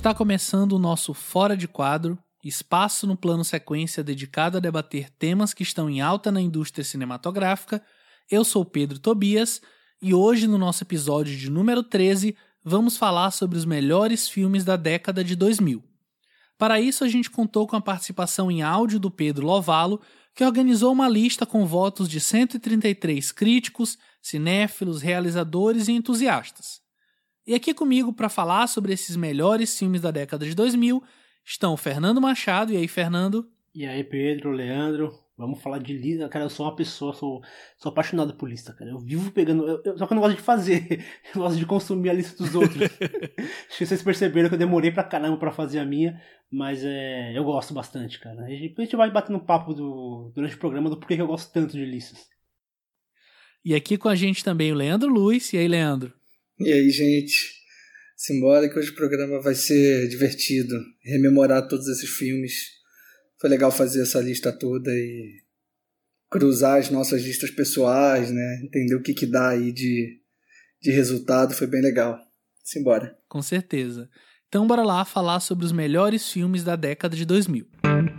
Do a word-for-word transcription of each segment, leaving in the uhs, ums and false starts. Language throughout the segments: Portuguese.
Está começando o nosso Fora de Quadro, espaço no plano sequência dedicado a debater temas que estão em alta na indústria cinematográfica. Eu sou Pedro Tobias e hoje no nosso episódio de número treze vamos falar sobre os melhores filmes da década de dois mil. Para isso a gente contou com a participação em áudio do Pedro Lovalo, que organizou uma lista com votos de cento e trinta e três críticos, cinéfilos, realizadores e entusiastas. E aqui comigo para falar sobre esses melhores filmes da década de dois mil estão o Fernando Machado. E aí, Fernando? E aí, Pedro, Leandro, vamos falar de lista. Cara, eu sou uma pessoa, sou, sou apaixonado por lista, cara. Eu vivo pegando, eu, eu, só que eu não gosto de fazer, eu gosto de consumir a lista dos outros. Acho que vocês perceberam que eu demorei pra caramba pra fazer a minha, mas é, eu gosto bastante, cara. A gente, a gente vai batendo papo do, durante o programa do porquê que eu gosto tanto de listas. E aqui com a gente também o Leandro Luiz. E aí, Leandro? E aí, gente? Simbora que hoje o programa vai ser divertido, rememorar todos esses filmes. Foi legal fazer essa lista toda e cruzar as nossas listas pessoais, né? Entender o que que dá aí de, de resultado, foi bem legal. Simbora. Com certeza. Então bora lá falar sobre os melhores filmes da década de dois mil.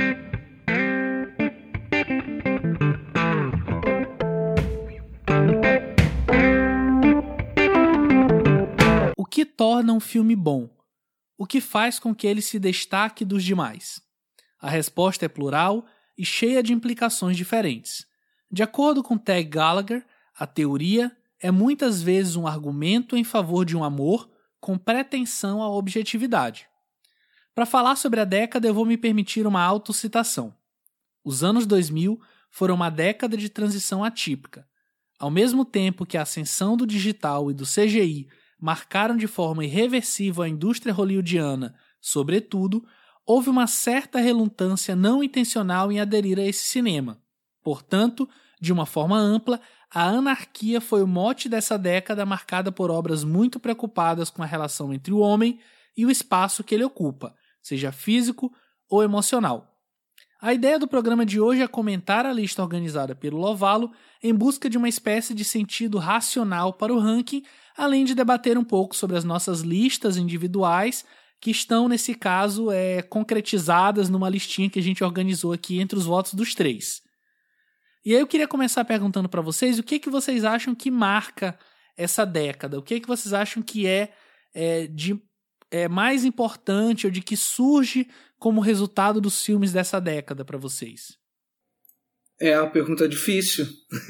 O que torna um filme bom? O que faz com que ele se destaque dos demais? A resposta é plural e cheia de implicações diferentes. De acordo com Tag Gallagher, a teoria é muitas vezes um argumento em favor de um amor com pretensão à objetividade. Para falar sobre a década, eu vou me permitir uma autocitação. Os anos dois mil foram uma década de transição atípica. Ao mesmo tempo que a ascensão do digital e do C G I marcaram de forma irreversível a indústria hollywoodiana, sobretudo, houve uma certa relutância não intencional em aderir a esse cinema. Portanto, de uma forma ampla, a anarquia foi o mote dessa década marcada por obras muito preocupadas com a relação entre o homem e o espaço que ele ocupa, seja físico ou emocional. A ideia do programa de hoje é comentar a lista organizada pelo Lovalo em busca de uma espécie de sentido racional para o ranking, além de debater um pouco sobre as nossas listas individuais, que estão, nesse caso, é, concretizadas numa listinha que a gente organizou aqui entre os votos dos três. E aí eu queria começar perguntando para vocês o que, que vocês acham que marca essa década, o que, que vocês acham que é, é, de, é mais importante ou de que surge como resultado dos filmes dessa década para vocês? É uma pergunta difícil,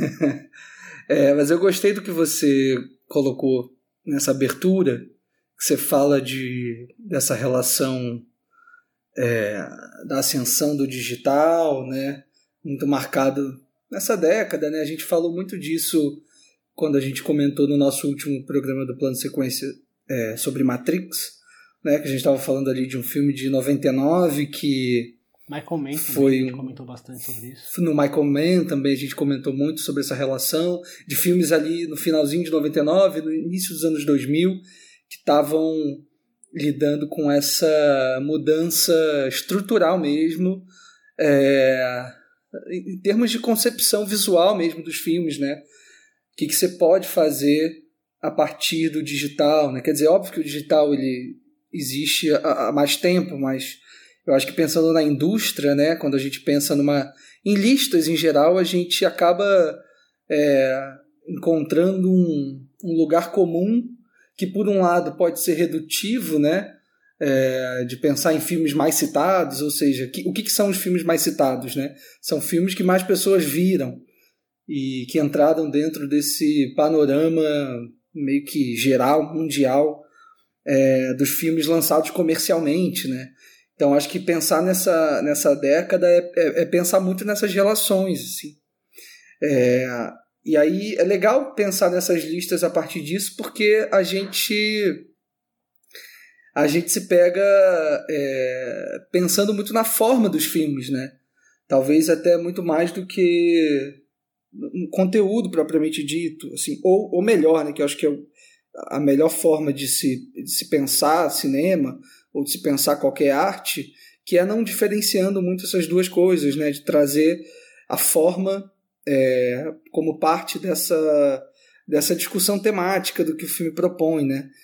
é, mas eu gostei do que você colocou nessa abertura, que você fala de, dessa relação é, da ascensão do digital, né, muito marcado nessa década, né? A gente falou muito disso quando a gente comentou no nosso último programa do Plano Sequência é, sobre Matrix, né, que a gente estava falando ali de um filme de noventa e nove que Michael Mann foi também, a gente comentou bastante sobre isso. No Michael Mann também a gente comentou muito sobre essa relação de filmes ali no finalzinho de noventa e nove, no início dos anos dois mil, que estavam lidando com essa mudança estrutural mesmo, é, em termos de concepção visual mesmo dos filmes, né? O que, que você pode fazer a partir do digital, né? Quer dizer, óbvio que o digital ele existe há, há mais tempo, mas eu acho que pensando na indústria, né? Quando a gente pensa numa, em listas em geral, a gente acaba é, encontrando um, um lugar comum que por um lado pode ser redutivo, né, é, de pensar em filmes mais citados, ou seja, que, o que, que são os filmes mais citados, né? São filmes que mais pessoas viram e que entraram dentro desse panorama meio que geral, mundial, é, dos filmes lançados comercialmente, né? Então acho que pensar nessa, nessa década é, é, é pensar muito nessas relações, assim. É, E aí é legal pensar nessas listas a partir disso, porque a gente, a gente se pega é, pensando muito na forma dos filmes, né? Talvez até muito mais do que no conteúdo propriamente dito, assim, ou, ou melhor, né? Que eu acho que é a melhor forma de se, de se pensar cinema ou de se pensar qualquer arte, que é não diferenciando muito essas duas coisas, né? De trazer a forma É, como parte dessa, dessa discussão temática do que o filme propõe, né?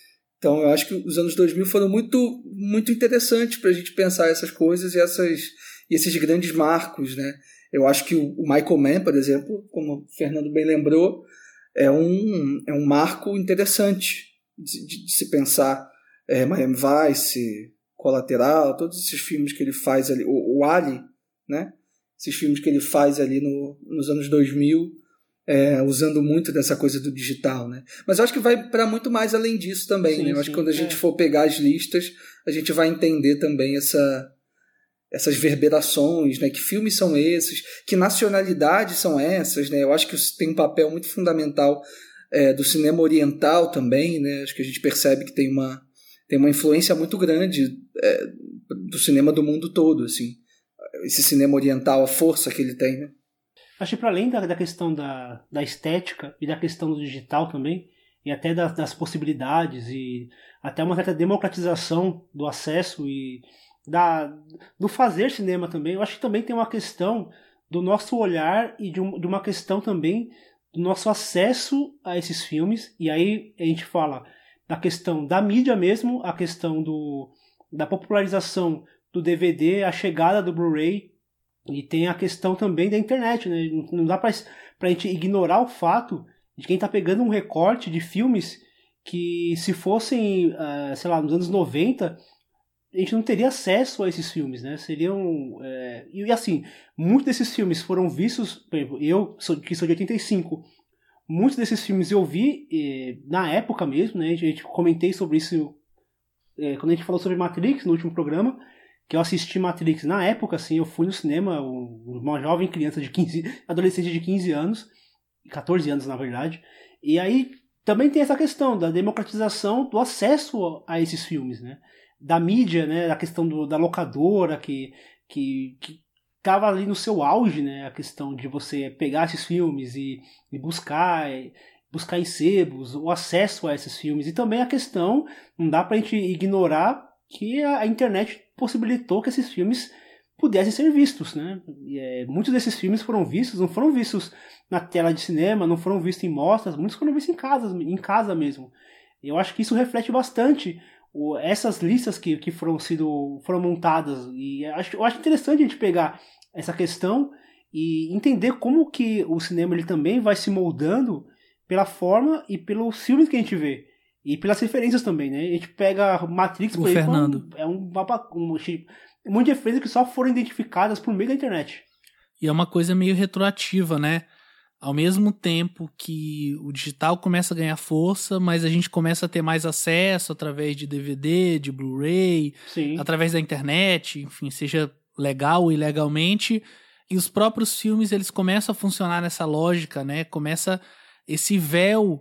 Então eu acho que os anos dois mil foram muito, muito interessantes para a gente pensar essas coisas e, essas, e esses grandes marcos, né? Eu acho que o Michael Mann, por exemplo, como o Fernando bem lembrou, é um, é um marco interessante de, de, de se pensar. É, Miami Vice, Colateral, todos esses filmes que ele faz ali, o, o Ali, né? Esses filmes que ele faz ali no, nos anos dois mil, é, usando muito dessa coisa do digital, né? Mas eu acho que vai para muito mais além disso também, sim, né? Eu sim, acho que quando a gente é. for pegar as listas, a gente vai entender também essa... essas verberações, né? Que filmes são esses, que nacionalidades são essas, né? Eu acho que tem um papel muito fundamental é, do cinema oriental também, né? Acho que a gente percebe que tem uma, tem uma influência muito grande é, do cinema do mundo todo, assim. Esse cinema oriental, a força que ele tem, né? Acho que para além da, da questão da, da estética e da questão do digital também, e até das, das possibilidades e até uma certa democratização do acesso e Da, do fazer cinema também, eu acho que também tem uma questão do nosso olhar e de, um, de uma questão também do nosso acesso a esses filmes, e aí a gente fala da questão da mídia mesmo, a questão do, da popularização do D V D, a chegada do Blu-ray, e tem a questão também da internet, né? Não dá pra, pra gente ignorar o fato de quem tá pegando um recorte de filmes que se fossem, uh, sei lá, nos anos noventa, a gente não teria acesso a esses filmes, né? Seriam... É... E assim, muitos desses filmes foram vistos... Por exemplo, eu, que sou de oitenta e cinco, muitos desses filmes eu vi eh, na época mesmo, né? A gente comentei sobre isso eh, quando a gente falou sobre Matrix no último programa, que eu assisti Matrix na época, assim, eu fui no cinema, uma jovem criança de quinze... adolescente de quinze anos, catorze anos na verdade, e aí também tem essa questão da democratização do acesso a esses filmes, né? Da mídia, né, da questão do, da locadora que, que, que tava ali no seu auge, né, a questão de você pegar esses filmes e, e buscar, buscar em sebos, o acesso a esses filmes, e também a questão, não dá pra gente ignorar que a, a internet possibilitou que esses filmes pudessem ser vistos, né, e, é, muitos desses filmes foram vistos, não foram vistos na tela de cinema, não foram vistos em mostras, muitos foram vistos em casa, em casa mesmo. Eu acho que isso reflete bastante essas listas que, que foram, sido, foram montadas, e acho, eu acho interessante a gente pegar essa questão e entender como que o cinema ele também vai se moldando pela forma e pelos filmes que a gente vê, e pelas referências também, né? A gente pega Matrix, por o exemplo, Fernando. é um, um, um, um monte de referências que só foram identificadas por meio da internet. E é uma coisa meio retroativa, né? Ao mesmo tempo que o digital começa a ganhar força, mas a gente começa a ter mais acesso através de D V D, de Blu-ray, Sim. através da internet, enfim, seja legal ou ilegalmente, e os próprios filmes eles começam a funcionar nessa lógica, né? Começa esse véu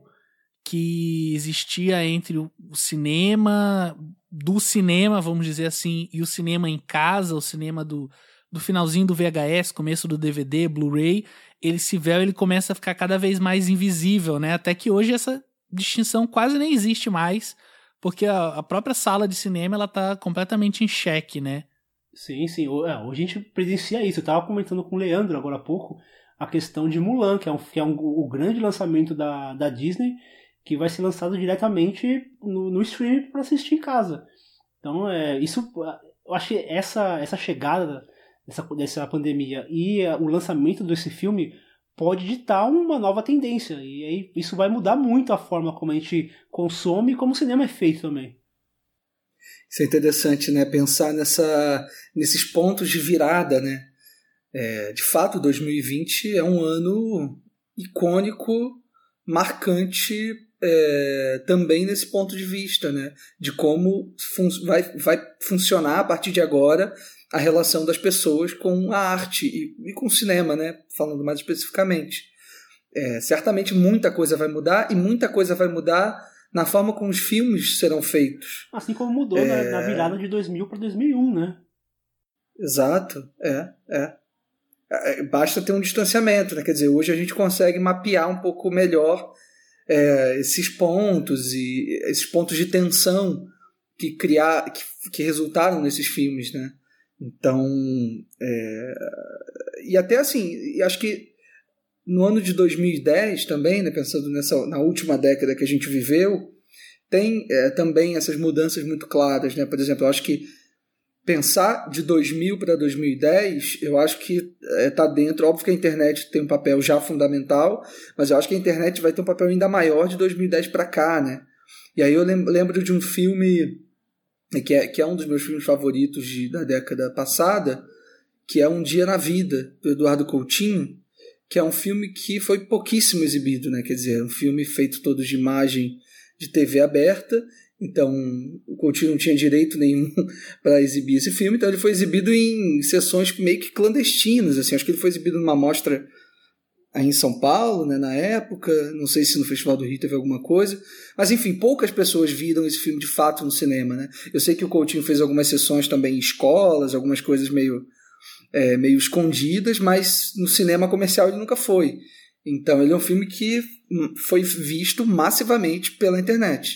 que existia entre o cinema, do cinema, vamos dizer assim, e o cinema em casa, o cinema do, do finalzinho do V H S, começo do D V D, Blu-ray, ele se véu, ele começa a ficar cada vez mais invisível, né? Até que hoje essa distinção quase nem existe mais, porque a, a própria sala de cinema ela tá completamente em xeque, né? Sim, sim. Hoje a gente presencia isso. Eu tava comentando com o Leandro agora há pouco a questão de Mulan, que é, um, que é um, o grande lançamento da, da Disney, que vai ser lançado diretamente no, no streaming para assistir em casa. Então, é, isso, eu acho que essa, essa chegada dessa, dessa pandemia e o lançamento desse filme pode ditar uma nova tendência. E aí isso vai mudar muito a forma como a gente consome e como o cinema é feito também. Isso é interessante, né? Pensar nessa, nesses pontos de virada, né? É, de fato, dois mil e vinte é um ano icônico, marcante é, também nesse ponto de vista, né? De como fun- vai, vai funcionar a partir de agora a relação das pessoas com a arte e, e com o cinema, né? Falando mais especificamente. É, certamente muita coisa vai mudar e muita coisa vai mudar na forma como os filmes serão feitos. Assim como mudou é... na, na virada de dois mil para dois mil e um, né? Exato, é, é. Basta ter um distanciamento, né? Quer dizer, hoje a gente consegue mapear um pouco melhor é, esses pontos e esses pontos de tensão que, criar, que, que resultaram nesses filmes, né? Então, é, e até assim, acho que no ano de dois mil e dez também, né, pensando nessa, na última década que a gente viveu, tem é, também essas mudanças muito claras, né? Por exemplo, eu acho que pensar de dois mil para dois mil e dez, eu acho que está é, dentro. Óbvio que a internet tem um papel já fundamental, mas eu acho que a internet vai ter um papel ainda maior de dois mil e dez para cá, né? E aí eu lembro de um filme que é, que é um dos meus filmes favoritos de, da década passada, que é Um Dia na Vida, do Eduardo Coutinho, que é um filme que foi pouquíssimo exibido, né? Quer dizer, é um filme feito todo de imagem de T V aberta, então o Coutinho não tinha direito nenhum para exibir esse filme, então ele foi exibido em sessões meio que clandestinas, assim. Acho que ele foi exibido numa mostra aí em São Paulo, né, na época, não sei se no Festival do Rio teve alguma coisa, mas enfim, poucas pessoas viram esse filme de fato no cinema, né? Eu sei que o Coutinho fez algumas sessões também em escolas, algumas coisas meio, é, meio escondidas, mas no cinema comercial ele nunca foi. Então ele é um filme que foi visto massivamente pela internet.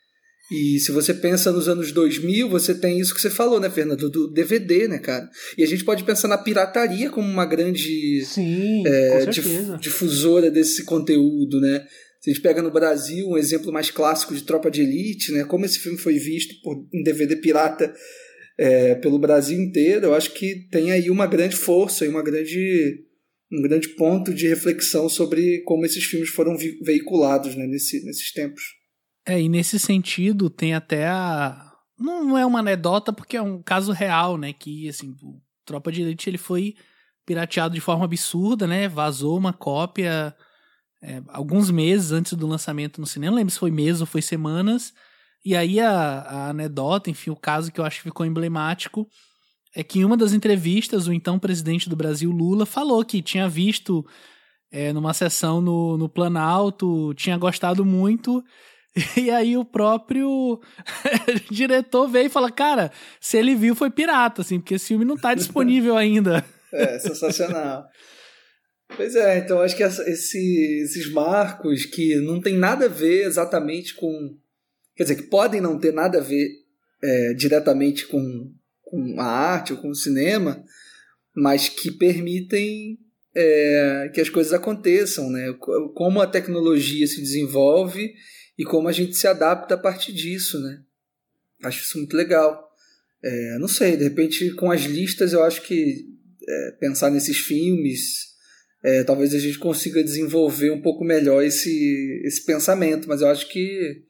E se você pensa nos anos dois mil, você tem isso que você falou, né, Fernando? Do D V D, né, cara? E a gente pode pensar na pirataria como uma grande Sim, é, com certeza. difusora desse conteúdo, né? Se a gente pega no Brasil um exemplo mais clássico de Tropa de Elite, né? Como esse filme foi visto por um D V D pirata é, pelo Brasil inteiro, eu acho que tem aí uma grande força e uma grande, um grande ponto de reflexão sobre como esses filmes foram vi- veiculados, né, nesse, nesses tempos. É, e nesse sentido tem até a... Não é uma anedota porque é um caso real, né? Que, assim, o Tropa de Elite ele foi pirateado de forma absurda, né? Vazou uma cópia é, alguns meses antes do lançamento no cinema. Não lembro se foi meses ou foi semanas. E aí a, a anedota, enfim, o caso que eu acho que ficou emblemático é que em uma das entrevistas o então presidente do Brasil, Lula, falou que tinha visto é, numa sessão no, no Planalto, tinha gostado muito... E aí o próprio diretor veio e fala, cara, se ele viu foi pirata, assim, porque esse filme não tá disponível ainda. É, sensacional. Pois é, então acho que essa, esse, esses marcos que não tem nada a ver exatamente com... Quer dizer, que podem não ter nada a ver é, diretamente com, com a arte ou com o cinema, mas que permitem é, que as coisas aconteçam, né? Como a tecnologia se desenvolve e como a gente se adapta a partir disso, né? Acho isso muito legal. É, não sei, de repente com as listas eu acho que é, pensar nesses filmes, é, talvez a gente consiga desenvolver um pouco melhor esse, esse pensamento, mas eu acho que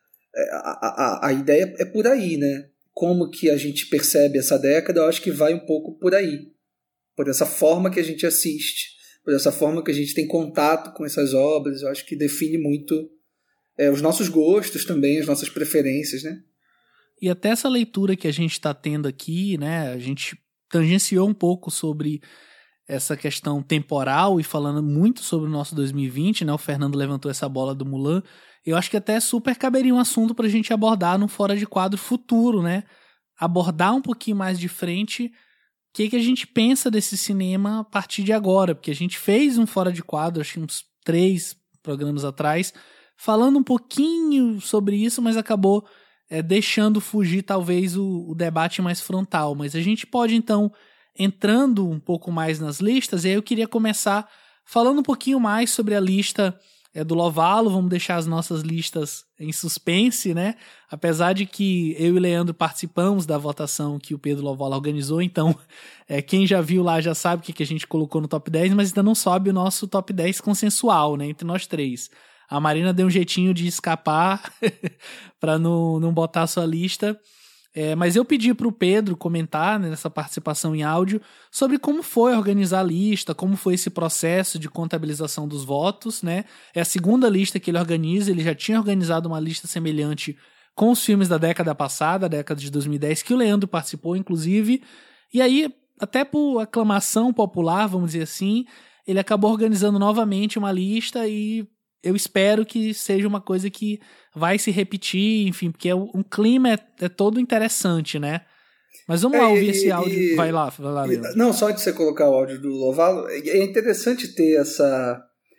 a, a, a ideia é por aí, né? Como que a gente percebe essa década, eu acho que vai um pouco por aí, por essa forma que a gente assiste, por essa forma que a gente tem contato com essas obras, eu acho que define muito É, os nossos gostos também, as nossas preferências, né? E até essa leitura que a gente está tendo aqui, né? A gente tangenciou um pouco sobre essa questão temporal e falando muito sobre o nosso dois mil e vinte, né? O Fernando levantou essa bola do Mulan. Eu acho que até super caberia um assunto para a gente abordar num Fora de Quadro futuro, né? Abordar um pouquinho mais de frente o que, que a gente pensa desse cinema a partir de agora, porque a gente fez um Fora de Quadro, acho que uns três programas atrás, falando um pouquinho sobre isso, mas acabou é, deixando fugir talvez o, o debate mais frontal. Mas a gente pode então, entrando um pouco mais nas listas, e aí eu queria começar falando um pouquinho mais sobre a lista é, do Lovalo. Vamos deixar as nossas listas em suspense, né? Apesar de que eu e o Leandro participamos da votação que o Pedro Lovalo organizou, então é, quem já viu lá já sabe o que, que a gente colocou no top dez, mas ainda não sobe o nosso top dez consensual, né? Entre nós três. A Marina deu um jeitinho de escapar para não, não botar a sua lista. É, mas eu pedi para o Pedro comentar, né, nessa participação em áudio sobre como foi organizar a lista, como foi esse processo de contabilização dos votos, né? É a segunda lista que ele organiza, ele já tinha organizado uma lista semelhante com os filmes da década passada, a década de dois mil e dez, que o Leandro participou, inclusive. E aí, até por aclamação popular, vamos dizer assim, ele acabou organizando novamente uma lista e eu espero que seja uma coisa que vai se repetir, enfim, porque é um clima é, é todo interessante, né? Mas vamos é, lá ouvir e, esse áudio. E, vai lá, vai lá. E, não, só de você colocar o áudio do Lovalo, é interessante ter essa,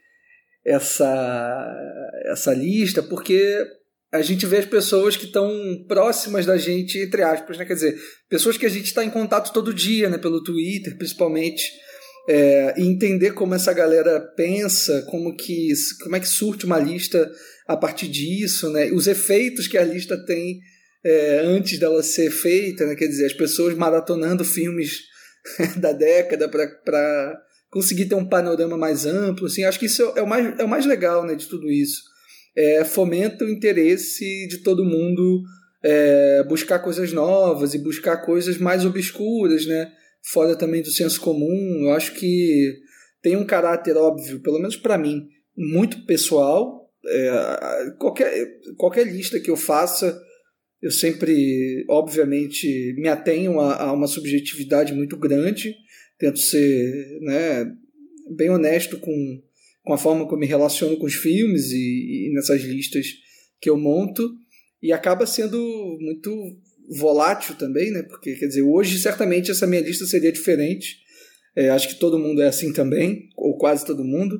essa, essa lista, porque a gente vê as pessoas que estão próximas da gente, entre aspas, né? Quer dizer, pessoas que a gente está em contato todo dia, né? Pelo Twitter, principalmente. É, e entender como essa galera pensa, como que, como é que surte uma lista a partir disso, né? Os efeitos que a lista tem é, antes dela ser feita, né? Quer dizer, as pessoas maratonando filmes da década para conseguir ter um panorama mais amplo, assim, acho que isso é o mais, é o mais legal, né, de tudo isso. É, fomenta o interesse de todo mundo é, buscar coisas novas e buscar coisas mais obscuras, né, fora também do senso comum. Eu acho que tem um caráter óbvio, pelo menos para mim, muito pessoal. É, qualquer, qualquer lista que eu faça, eu sempre, obviamente, me atenho a, a uma subjetividade muito grande, tento ser, né, bem honesto com, com a forma como eu me relaciono com os filmes e, e nessas listas que eu monto, e acaba sendo muito volátil também, né, porque, quer dizer, hoje certamente essa minha lista seria diferente, é, acho que todo mundo é assim também, ou quase todo mundo,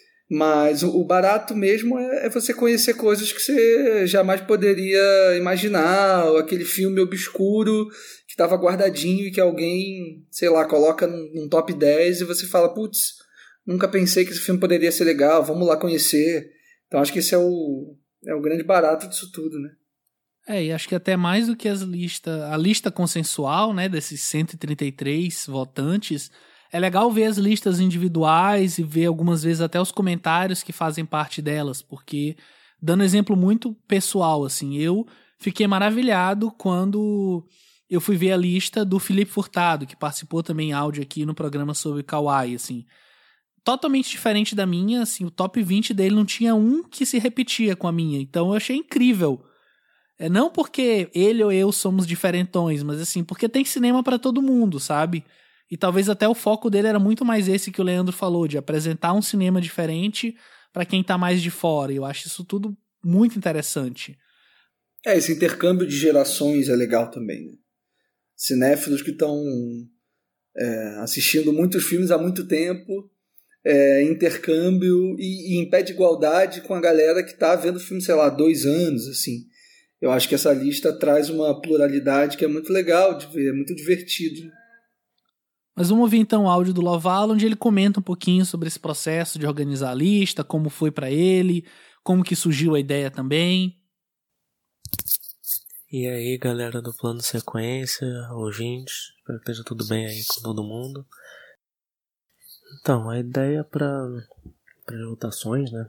mas o barato mesmo é você conhecer coisas que você jamais poderia imaginar, ou aquele filme obscuro que estava guardadinho e que alguém, sei lá, coloca num, num top dez e você fala, putz, nunca pensei que esse filme poderia ser legal, vamos lá conhecer. Então acho que esse é o, é o grande barato disso tudo, né? É, e acho que até mais do que as listas, a lista consensual, né, desses cento e trinta e três votantes, é legal ver as listas individuais e ver algumas vezes até os comentários que fazem parte delas, porque, dando exemplo muito pessoal, assim, eu fiquei maravilhado quando eu fui ver a lista do Felipe Furtado, que participou também em áudio aqui no programa sobre Kawaii, assim. Totalmente diferente da minha, assim, o top vinte dele não tinha um que se repetia com a minha, então eu achei incrível. É, não porque ele ou eu somos diferentões, mas assim, porque tem cinema pra todo mundo, sabe? E talvez até o foco dele era muito mais esse que o Leandro falou, de apresentar um cinema diferente pra quem tá mais de fora. E eu acho isso tudo muito interessante. É, esse intercâmbio de gerações é legal também, né? Cinéfilos que estão é, assistindo muitos filmes há muito tempo, é, intercâmbio e, e em pé de igualdade com a galera que tá vendo o filme, sei lá, há dois anos, assim. Eu acho que essa lista traz uma pluralidade que é muito legal de ver, é muito divertido. Mas vamos ouvir então o áudio do Lovala, onde ele comenta um pouquinho sobre esse processo de organizar a lista, como foi pra ele, como que surgiu a ideia também. E aí, galera do Plano Sequência, ouvintes, espero que esteja tudo bem aí com todo mundo. Então, a ideia para as votações, né?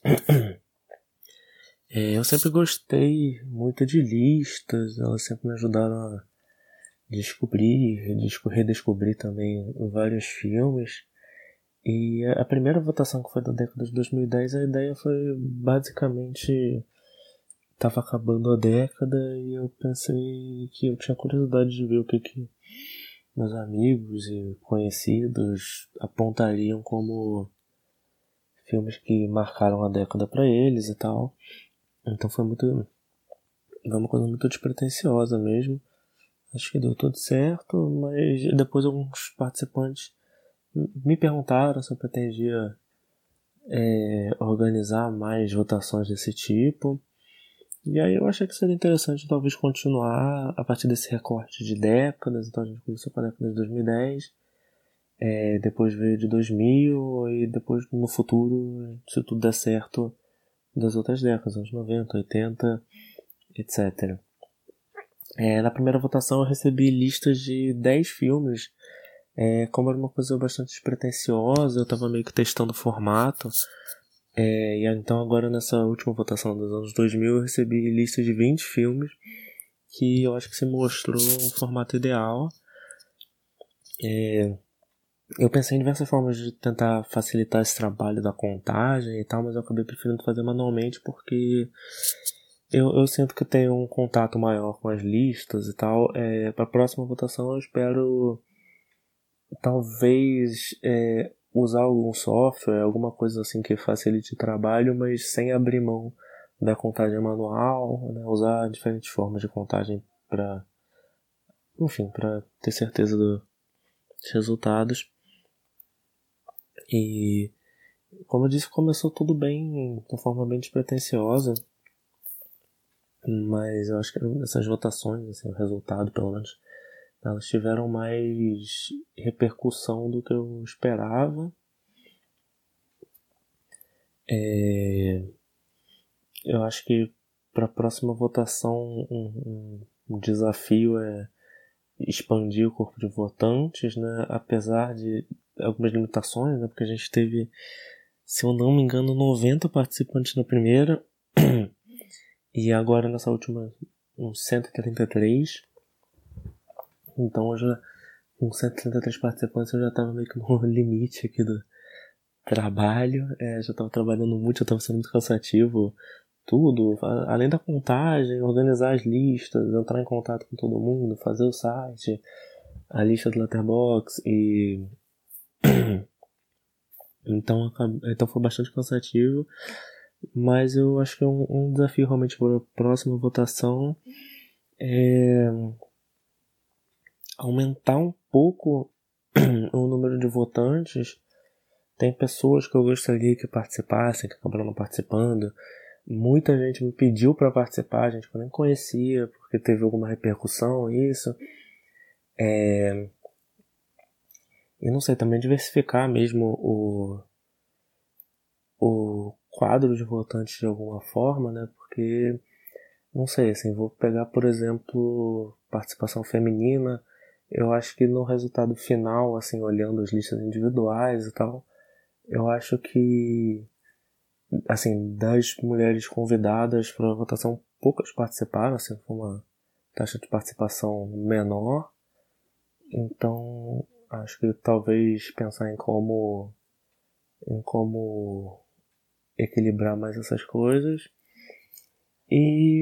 É, eu sempre gostei muito de listas, elas sempre me ajudaram a descobrir, redescobrir também vários filmes. E a primeira votação que foi da década de dois mil e dez, a ideia foi basicamente... Tava acabando a década e eu pensei que eu tinha curiosidade de ver o que, que meus amigos e conhecidos apontariam como filmes que marcaram a década pra eles e tal. Então foi muito... Foi uma coisa muito despretensiosa mesmo. Acho que deu tudo certo, mas depois alguns participantes me perguntaram se eu pretendia é, organizar mais votações desse tipo. E aí eu achei que seria interessante talvez continuar a partir desse recorte de décadas. Então a gente começou com a década de dois mil e dez, é, depois veio de dois mil e depois no futuro, se tudo der certo, das outras décadas, anos noventa, oitenta, etcétera. É, na primeira votação eu recebi listas de dez filmes. É, como era uma coisa bastante despretensiosa, eu estava meio que testando o formato. É, e então agora nessa última votação dos anos dois mil eu recebi listas de vinte filmes, que eu acho que se mostrou um formato ideal. É, eu pensei em diversas formas de tentar facilitar esse trabalho da contagem e tal, mas eu acabei preferindo fazer manualmente porque eu, eu sinto que tenho um contato maior com as listas e tal. É, para a próxima votação eu espero talvez é, usar algum software, alguma coisa assim que facilite o trabalho, mas sem abrir mão da contagem manual, né? Usar diferentes formas de contagem para, enfim, para ter certeza do, dos resultados. E como eu disse, começou tudo bem, de uma forma bem despretensiosa, mas eu acho que essas votações, assim, o resultado pelo menos, elas tiveram mais repercussão do que eu esperava. É... eu acho que para a próxima votação um, um, um desafio é expandir o corpo de votantes, né? Apesar de algumas limitações, né? Porque a gente teve, se eu não me engano, noventa participantes na primeira e agora nessa última uns cento e trinta e três. Então eu já, com cento e trinta e três participantes eu já estava meio que no limite aqui do trabalho, é, já estava trabalhando muito, já estava sendo muito cansativo tudo, além da contagem, organizar as listas, entrar em contato com todo mundo, fazer o site, a lista do Letterboxd e então, então foi bastante cansativo, mas eu acho que é um, um desafio realmente para a próxima votação é aumentar um pouco o número de votantes. Tem pessoas que eu gostaria que participassem, que acabaram não participando. Muita gente me pediu para participar, gente que eu nem conhecia, porque teve alguma repercussão, isso. É... E não sei, também diversificar mesmo o, o quadro de votantes de alguma forma, né? Porque, não sei, assim, vou pegar, por exemplo, participação feminina. Eu acho que no resultado final, assim, olhando as listas individuais e tal, eu acho que assim, das mulheres convidadas para a votação, poucas participaram, assim, foi uma taxa de participação menor. Então, acho que talvez pensar em como em como equilibrar mais essas coisas. E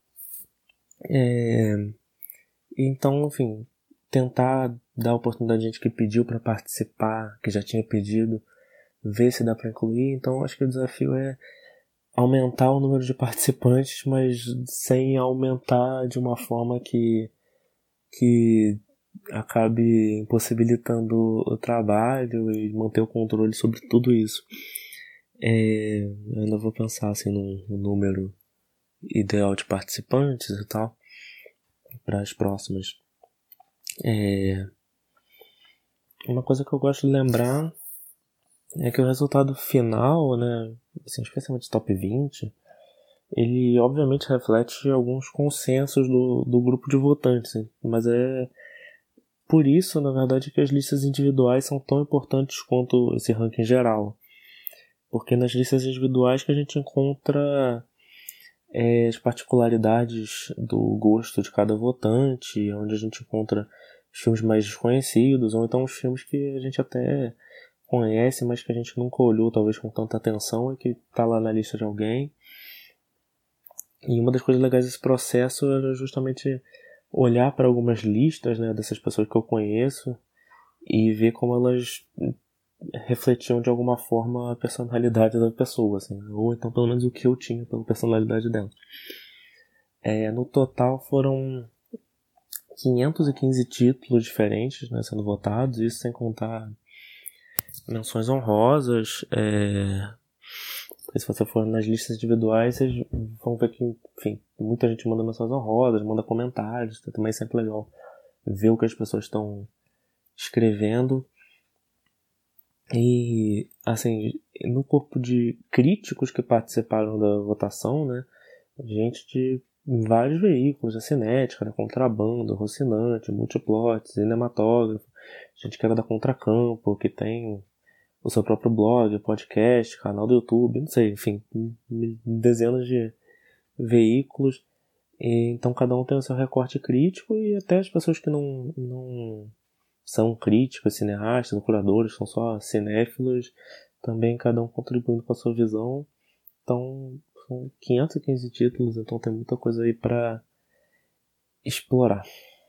é, então, enfim, tentar dar oportunidade a gente que pediu para participar, que já tinha pedido, ver se dá para incluir. Então acho que o desafio é aumentar o número de participantes, mas sem aumentar de uma forma que, que acabe impossibilitando o trabalho e manter o controle sobre tudo isso. É, eu ainda vou pensar assim, num, num número ideal de participantes e tal para as próximas. É, uma coisa que eu gosto de lembrar é que o resultado final, né, assim, especialmente top vinte, ele obviamente reflete alguns consensos do, do grupo de votantes, hein? Mas é por isso, na verdade, que as listas individuais são tão importantes quanto esse ranking geral. Porque nas listas individuais que a gente encontra é, as particularidades do gosto de cada votante, onde a gente encontra os filmes mais desconhecidos, ou então os filmes que a gente até conhece, mas que a gente nunca olhou talvez com tanta atenção e que está lá na lista de alguém. E uma das coisas legais desse processo era justamente olhar para algumas listas, né, dessas pessoas que eu conheço e ver como elas refletiam de alguma forma a personalidade da pessoa, assim, ou então pelo menos o que eu tinha pela personalidade dela. É, no total foram quinhentos e quinze títulos diferentes, né, sendo votados, isso sem contar menções honrosas. É... Se você for nas listas individuais, vocês vão ver que, enfim, muita gente manda menções honrosas, manda comentários, então também é sempre legal ver o que as pessoas estão escrevendo. E, assim, no corpo de críticos que participaram da votação, né, gente de vários veículos, a Cinética, da Contrabando, Rocinante, Multiplot, Cinematógrafo, gente que era da Contracampo, que tem o seu próprio blog, podcast, canal do YouTube, não sei, enfim, dezenas de veículos. E, então cada um tem o seu recorte crítico, e até as pessoas que não, não são críticos, cineastas, curadores, são só cinéfilos, também cada um contribuindo com a sua visão. Então são quinhentos e quinze títulos, então tem muita coisa aí para explorar.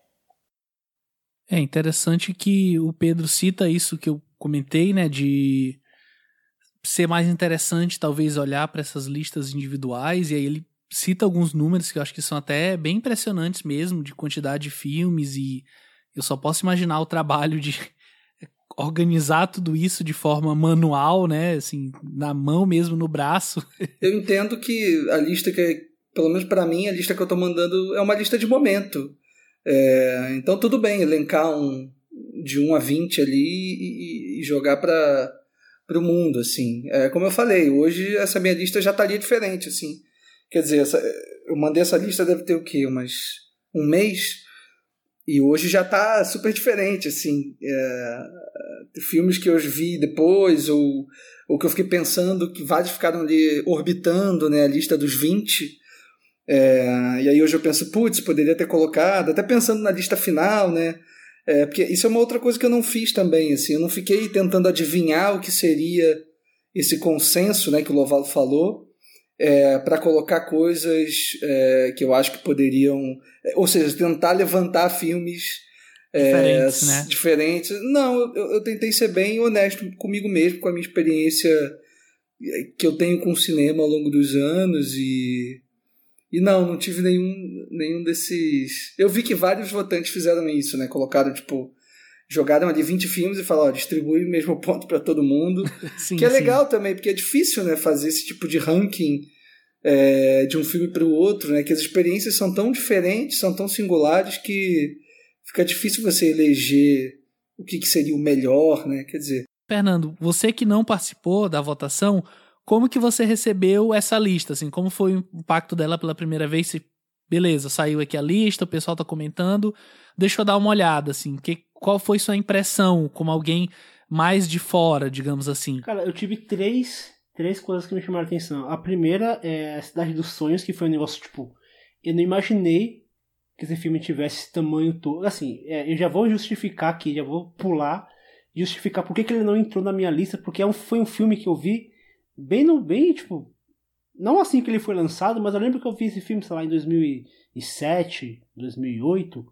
É interessante que o Pedro cita isso que eu comentei, né, de ser mais interessante talvez olhar para essas listas individuais, e aí ele cita alguns números que eu acho que são até bem impressionantes mesmo, de quantidade de filmes, e eu só posso imaginar o trabalho de organizar tudo isso de forma manual, né, assim, na mão mesmo, no braço. Eu entendo que a lista que, pelo menos para mim, a lista que eu tô mandando é uma lista de momento. É, então tudo bem elencar um de um a vinte ali e, e jogar para o mundo, assim. É, como eu falei, hoje essa minha lista já estaria diferente, assim. Quer dizer, essa, eu mandei essa lista, deve ter o quê? Umas, um mês? E hoje já tá super diferente, assim. É, filmes que eu vi depois, ou, ou que eu fiquei pensando, que vários ficaram ali orbitando, né, a lista dos vinte. É, e aí hoje eu penso, putz, poderia ter colocado, até pensando na lista final, né? É, porque isso é uma outra coisa que eu não fiz também, assim. Eu não fiquei tentando adivinhar o que seria esse consenso, né, que o Lovato falou, é, para colocar coisas é, que eu acho que poderiam... Ou seja, tentar levantar filmes é, diferentes, né? diferentes. Não, eu, eu tentei ser bem honesto comigo mesmo, com a minha experiência que eu tenho com o cinema ao longo dos anos e... E não, não tive nenhum, nenhum desses... Eu vi que vários votantes fizeram isso, né? Colocaram, tipo... Jogaram ali vinte filmes e falaram, ó, distribui o mesmo ponto para todo mundo. Sim, que é sim. legal também, porque é difícil, né? Fazer esse tipo de ranking é, de um filme para o outro, né? Que as experiências são tão diferentes, são tão singulares que fica difícil você eleger o que, que seria o melhor, né? Quer dizer... Fernando, você que não participou da votação... Como que você recebeu essa lista? Assim, como foi o impacto dela pela primeira vez? Se, beleza, saiu aqui a lista, o pessoal tá comentando. Deixa eu dar uma olhada, assim. Que, qual foi sua impressão como alguém mais de fora, digamos assim? Cara, eu tive três, três coisas que me chamaram a atenção. A primeira é a Cidade dos Sonhos, que foi um negócio, tipo... Eu não imaginei que esse filme tivesse esse tamanho todo. Assim, é, eu já vou justificar aqui, já vou pular, justificar por que, que ele não entrou na minha lista, porque é um, foi um filme que eu vi bem no bem, tipo, não assim que ele foi lançado, mas eu lembro que eu vi esse filme, sei lá, em dois mil e sete, dois mil e oito,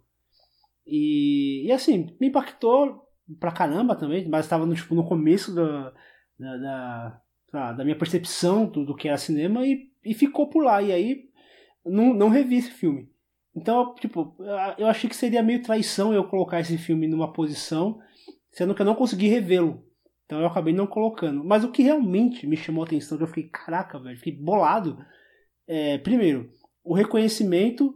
e, e assim, me impactou pra caramba também, mas estava no, tipo, no começo da, da, da, da minha percepção do, do que era cinema e, e ficou por lá, e aí não, não revi esse filme. Então, tipo, eu achei que seria meio traição eu colocar esse filme numa posição, sendo que eu não consegui revê-lo. Então eu acabei não colocando. Mas o que realmente me chamou a atenção, eu fiquei, caraca, velho, fiquei bolado. É, primeiro, o reconhecimento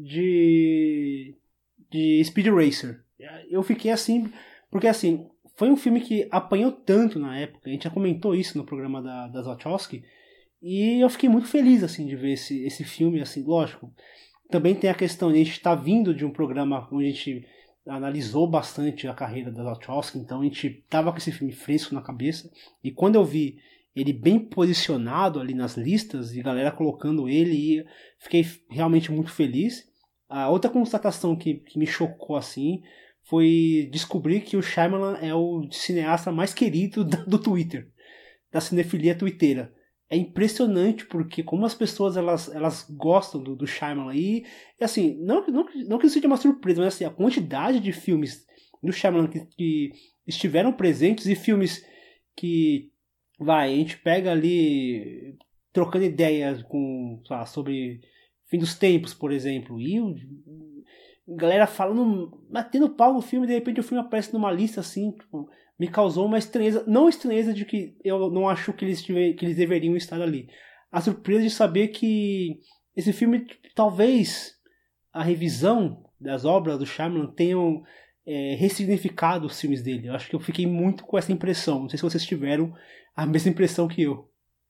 de, de Speed Racer. Eu fiquei assim, porque assim, foi um filme que apanhou tanto na época, a gente já comentou isso no programa da, da Wachowski, e eu fiquei muito feliz, assim, de ver esse, esse filme, assim, lógico. Também tem a questão de a gente estar vindo de um programa onde a gente analisou bastante a carreira da Wachowski, então a gente tava com esse filme fresco na cabeça, e quando eu vi ele bem posicionado ali nas listas, e galera colocando ele, fiquei realmente muito feliz. A outra constatação que, que me chocou assim, foi descobrir que o Shyamalan é o cineasta mais querido do Twitter, da cinefilia twitteira. É impressionante porque como as pessoas elas, elas gostam do, do Shyamalan. E, e assim, não, não, não que isso seja uma surpresa, mas assim, a quantidade de filmes do Shyamalan que, que estiveram presentes e filmes que, vai, a gente pega ali trocando ideias com, sei lá, sobre Fim dos Tempos, por exemplo, e o, galera falando, batendo pau no filme, e de repente o filme aparece numa lista assim, tipo, me causou uma estranheza, não estranheza de que eu não acho que eles, tiver, que eles deveriam estar ali, a surpresa de saber que esse filme, talvez a revisão das obras do Shyamalan tenham é, ressignificado os filmes dele. Eu acho que eu fiquei muito com essa impressão, não sei se vocês tiveram a mesma impressão que eu.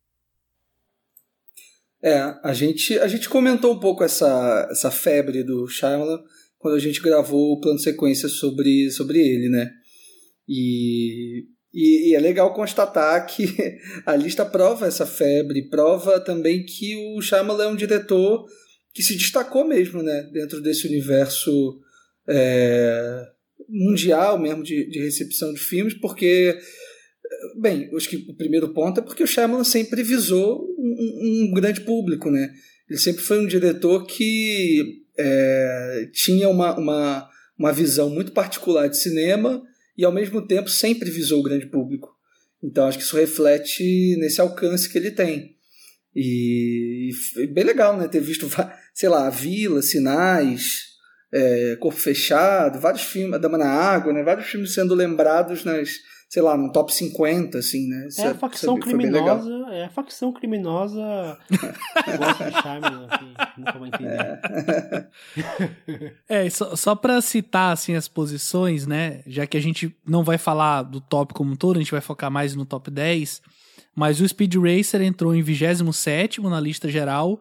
É, a gente, a gente comentou um pouco essa, essa febre do Shyamalan quando a gente gravou o plano de sequência sobre, sobre ele, né? E, e, e é legal constatar que a lista prova essa febre, prova também que o Shyamalan é um diretor que se destacou mesmo, né? Dentro desse universo é, mundial mesmo de, de recepção de filmes, porque, bem, acho que o primeiro ponto é porque o Shyamalan sempre visou um, um grande público, né? Ele sempre foi um diretor que é, tinha uma, uma, uma visão muito particular de cinema e, ao mesmo tempo, sempre visou o grande público. Então, acho que isso reflete nesse alcance que ele tem. E, e bem legal, né? Ter visto, sei lá, A Vila, Sinais, é, Corpo Fechado, vários filmes, A Dama na Água, né? Vários filmes sendo lembrados nas, sei lá, no top cinquenta, assim, né? Isso é a facção criminosa, é a facção criminosa que gosta de Shyamalan, que nunca vai entender. É, é só, só pra citar, assim, as posições, né, já que a gente não vai falar do top como um todo, a gente vai focar mais no top dez, mas o Speed Racer entrou em vigésimo sétimo na lista geral,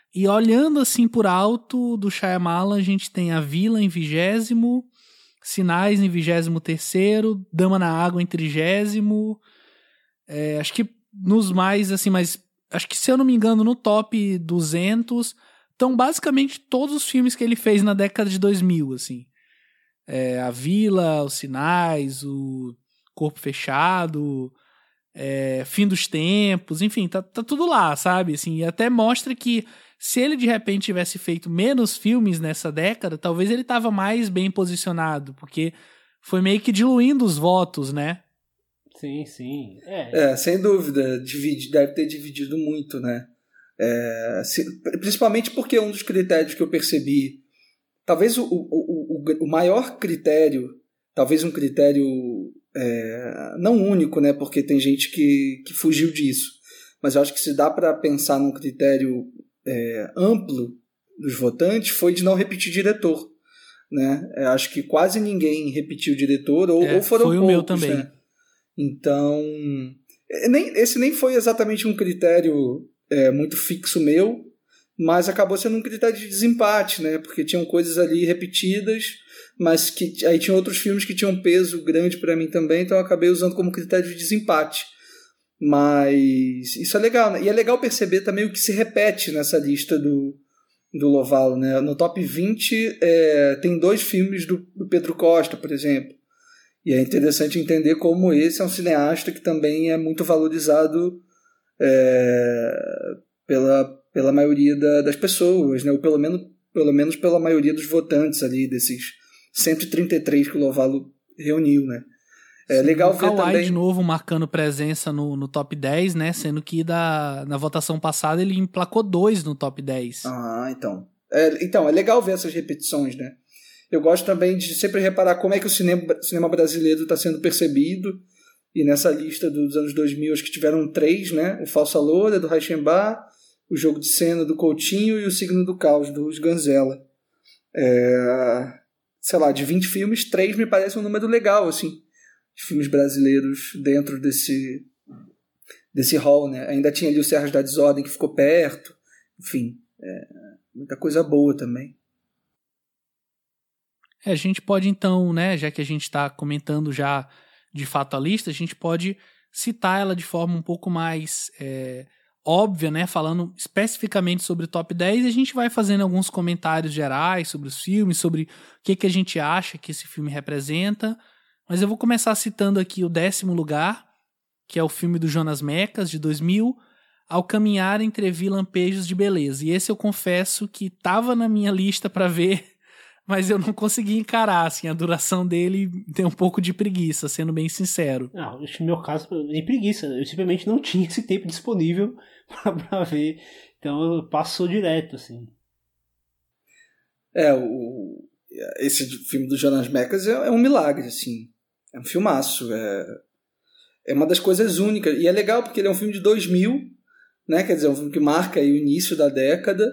E olhando assim por alto do Shyamalan, a gente tem A Vila em vigésimo, Sinais em vigésimo terceiro, Dama na Água em trigésimo. É, acho que nos mais, assim, mas acho que se eu não me engano, no top duzentos, estão basicamente todos os filmes que ele fez na década de dois mil, assim. É, A Vila, Os Sinais, o Corpo Fechado, é, Fim dos Tempos, enfim, tá, tá tudo lá, sabe? Assim, e até mostra que se ele de repente tivesse feito menos filmes nessa década, talvez ele tava mais bem posicionado, porque foi meio que diluindo os votos, né? Sim, sim. É, É, sem dúvida, divide, deve ter dividido muito, né? É, se, principalmente porque um dos critérios que eu percebi, talvez o, o, o, o maior critério, talvez um critério é, não único, né? Porque tem gente que, que fugiu disso, mas eu acho que se dá para pensar num critério é, amplo dos votantes, foi de não repetir diretor, né? Eu acho que quase ninguém repetiu diretor, ou, É, ou foram foi poucos, o meu também. né? Então, nem, esse nem foi exatamente um critério é, muito fixo meu, mas acabou sendo um critério de desempate, né? Porque tinham coisas ali repetidas, mas que aí tinha outros filmes que tinham peso grande para mim também, então eu acabei usando como critério de desempate. Mas isso é legal, né? E é legal perceber também o que se repete nessa lista do, do Lovallo, né? No top vinte é, tem dois filmes do, do Pedro Costa, por exemplo. E é interessante entender como esse é um cineasta que também é muito valorizado é, pela, pela maioria da, das pessoas, né? Ou pelo menos, pelo menos pela maioria dos votantes ali, desses cento e trinta e três que o Lovallo reuniu, né? É Sim, legal o ver Kawhi também... de novo marcando presença no, no top dez, né? Sendo que da, na votação passada ele emplacou dois no top dez. Ah, então. É, então, é legal ver essas repetições, né? Eu gosto também de sempre reparar como é que o cinema, cinema brasileiro está sendo percebido. E nessa lista dos anos dois mil, acho que tiveram três, né? O Falsa Loura, do Reichenbach, o Jogo de Cena, do Coutinho, e o Signo do Caos, do Sganzella. É, sei lá, de vinte filmes, três me parece um número legal, assim, de filmes brasileiros dentro desse, desse hall, né? Ainda tinha ali o Serras da Desordem, que ficou perto. Enfim, é, muita coisa boa também. É, a gente pode então, né, já que a gente está comentando já de fato a lista, a gente pode citar ela de forma um pouco mais é, óbvia, né, falando especificamente sobre o top dez, e a gente vai fazendo alguns comentários gerais sobre os filmes, sobre o que, que a gente acha que esse filme representa. Mas eu vou começar citando aqui o décimo lugar, que é o filme do Jonas Mekas, de dois mil, Ao Caminhar Entrevi Lampejos de Beleza. E esse eu confesso que estava na minha lista para ver, mas eu não consegui encarar, assim, a duração dele tem um pouco de preguiça, sendo bem sincero. Não, no meu caso, nem preguiça. Eu simplesmente não tinha esse tempo disponível pra, pra ver. Então passou direto, assim. É, o, esse filme do Jonas Mekas é, é um milagre, assim. É um filmaço. É, é uma das coisas únicas. E é legal porque ele é um filme de dois mil, né? Quer dizer, é um filme que marca aí o início da década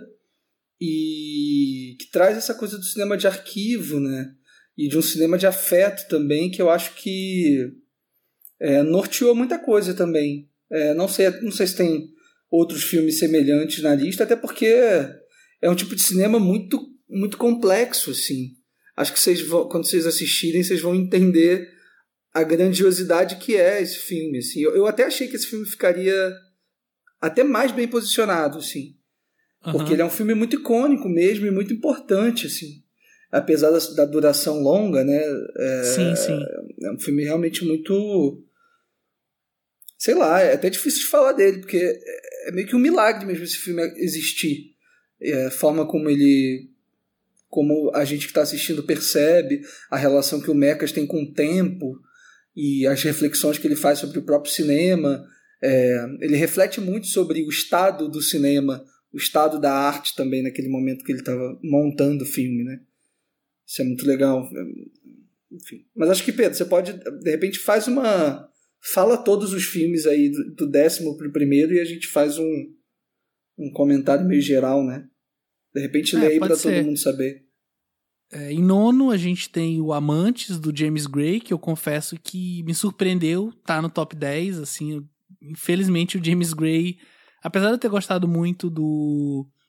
e que traz essa coisa do cinema de arquivo, né? E de um cinema de afeto também, que eu acho que é, norteou muita coisa também. É, não sei, não sei se tem outros filmes semelhantes na lista, até porque é um tipo de cinema muito, muito complexo, assim. Acho que vocês vão, quando vocês assistirem, vocês vão entender a grandiosidade que é esse filme, assim. Eu, eu até achei que esse filme ficaria até mais bem posicionado, assim. Uhum. Porque ele é um filme muito icônico mesmo e muito importante, assim. Apesar da, da duração longa, né? É, sim, sim. É um filme realmente muito... Sei lá, é até difícil de falar dele, porque é meio que um milagre mesmo esse filme existir. É, a forma como ele... Como a gente que está assistindo percebe, a relação que o Mekas tem com o tempo e as reflexões que ele faz sobre o próprio cinema. É, ele reflete muito sobre o estado do cinema, o estado da arte também naquele momento que ele estava montando o filme, né? Isso é muito legal. Enfim. Mas acho que, Pedro, você pode, de repente, faz uma... Fala todos os filmes aí do, do décimo pro primeiro e a gente faz um, um comentário meio geral, né? De repente, é, lê aí pra ser. Todo mundo saber. É, em nono, a gente tem o Amantes, do James Gray, que eu confesso que me surpreendeu, tá no top dez, assim, infelizmente o James Gray, apesar de eu ter gostado muito do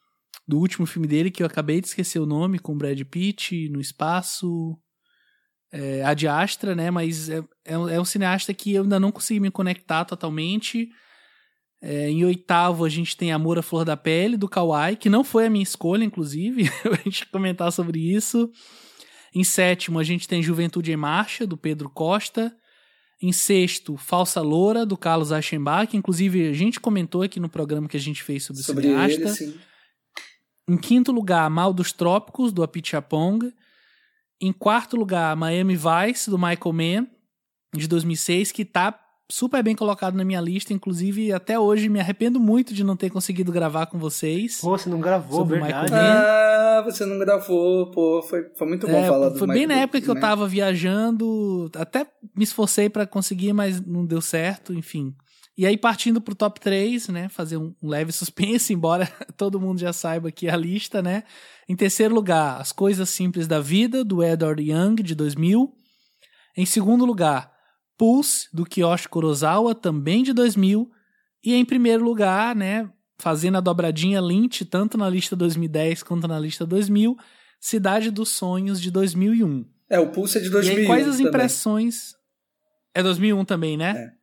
do último filme dele, que eu acabei de esquecer o nome, com Brad Pitt, no espaço, é, Ad Astra, né? Mas é, é, um, é um cineasta que eu ainda não consegui me conectar totalmente. É, em oitavo, a gente tem Amor à Flor da Pele, do Kawai, que não foi a minha escolha, inclusive, a gente comentar sobre isso. Em sétimo, a gente tem Juventude em Marcha, do Pedro Costa. Em sexto, Falsa Loura, do Carlos Aschenbach, que inclusive a gente comentou aqui no programa que a gente fez sobre, sobre o cineasta. Ele, sim. Em quinto lugar, Mal dos Trópicos, do Apichatpong. Em quarto lugar, Miami Vice, do Michael Mann, de dois mil e seis, que tá super bem colocado na minha lista. Inclusive, até hoje, me arrependo muito de não ter conseguido gravar com vocês. Pô, você não gravou, verdade. Ah, você não gravou, pô. Foi, foi muito bom é, falar do Foi Michael bem na época que Man. eu tava viajando. Até me esforcei pra conseguir, mas não deu certo, enfim. E aí, partindo pro top três, né? Fazer um leve suspense, embora todo mundo já saiba aqui a lista, né? Em terceiro lugar, As Coisas Simples da Vida, do Edward Young, de dois mil. Em segundo lugar, Pulse, do Kiyoshi Kurosawa, também de dois mil. E em primeiro lugar, né, fazendo a dobradinha Lynch, tanto na lista dois mil e dez quanto na lista dois mil, Cidade dos Sonhos, de dois mil e um. É, o Pulse é de dois mil e um. E aí, quais as também. impressões... É dois mil e um também, né? É.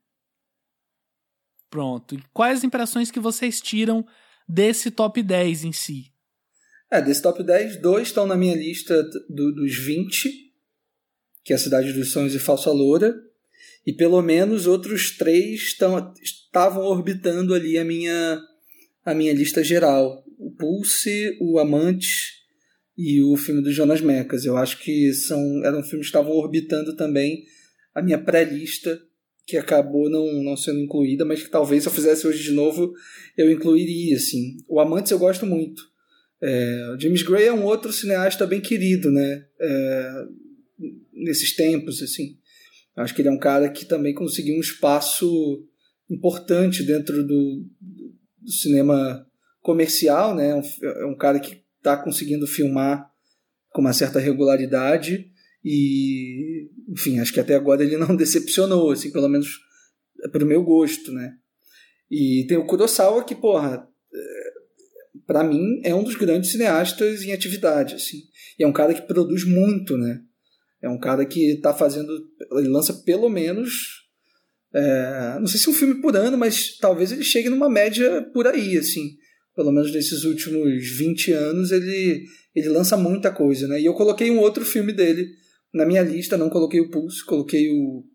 Pronto. E quais as impressões que vocês tiram desse top dez em si? É, desse top dez, dois estão na minha lista do, dos vinte, que é a Cidade dos Sonhos e Falsa Loura. E pelo menos outros três estão, estavam orbitando ali a minha, a minha lista geral. O Pulse, o Amantes e o filme do Jonas Mekas. Eu acho que são, eram filmes que estavam orbitando também a minha pré-lista, que acabou não, não sendo incluída, mas que talvez se eu fizesse hoje de novo eu incluiria. Assim. O Amantes eu gosto muito. É, o James Gray é um outro cineasta bem querido, né? É, nesses tempos, assim. Acho que ele é um cara que também conseguiu um espaço importante dentro do, do cinema comercial, né? É um cara que está conseguindo filmar com uma certa regularidade e, enfim, acho que até agora ele não decepcionou, assim, pelo menos para o meu gosto, né? E tem o Kurosawa que, porra, para mim é um dos grandes cineastas em atividade, assim. E é um cara que produz muito, né? É um cara que está fazendo... Ele lança pelo menos... É, não sei se um filme por ano, mas talvez ele chegue numa média por aí, assim. Pelo menos nesses últimos vinte anos ele, ele lança muita coisa, né? E eu coloquei um outro filme dele na minha lista. Não coloquei o Pulse, coloquei o...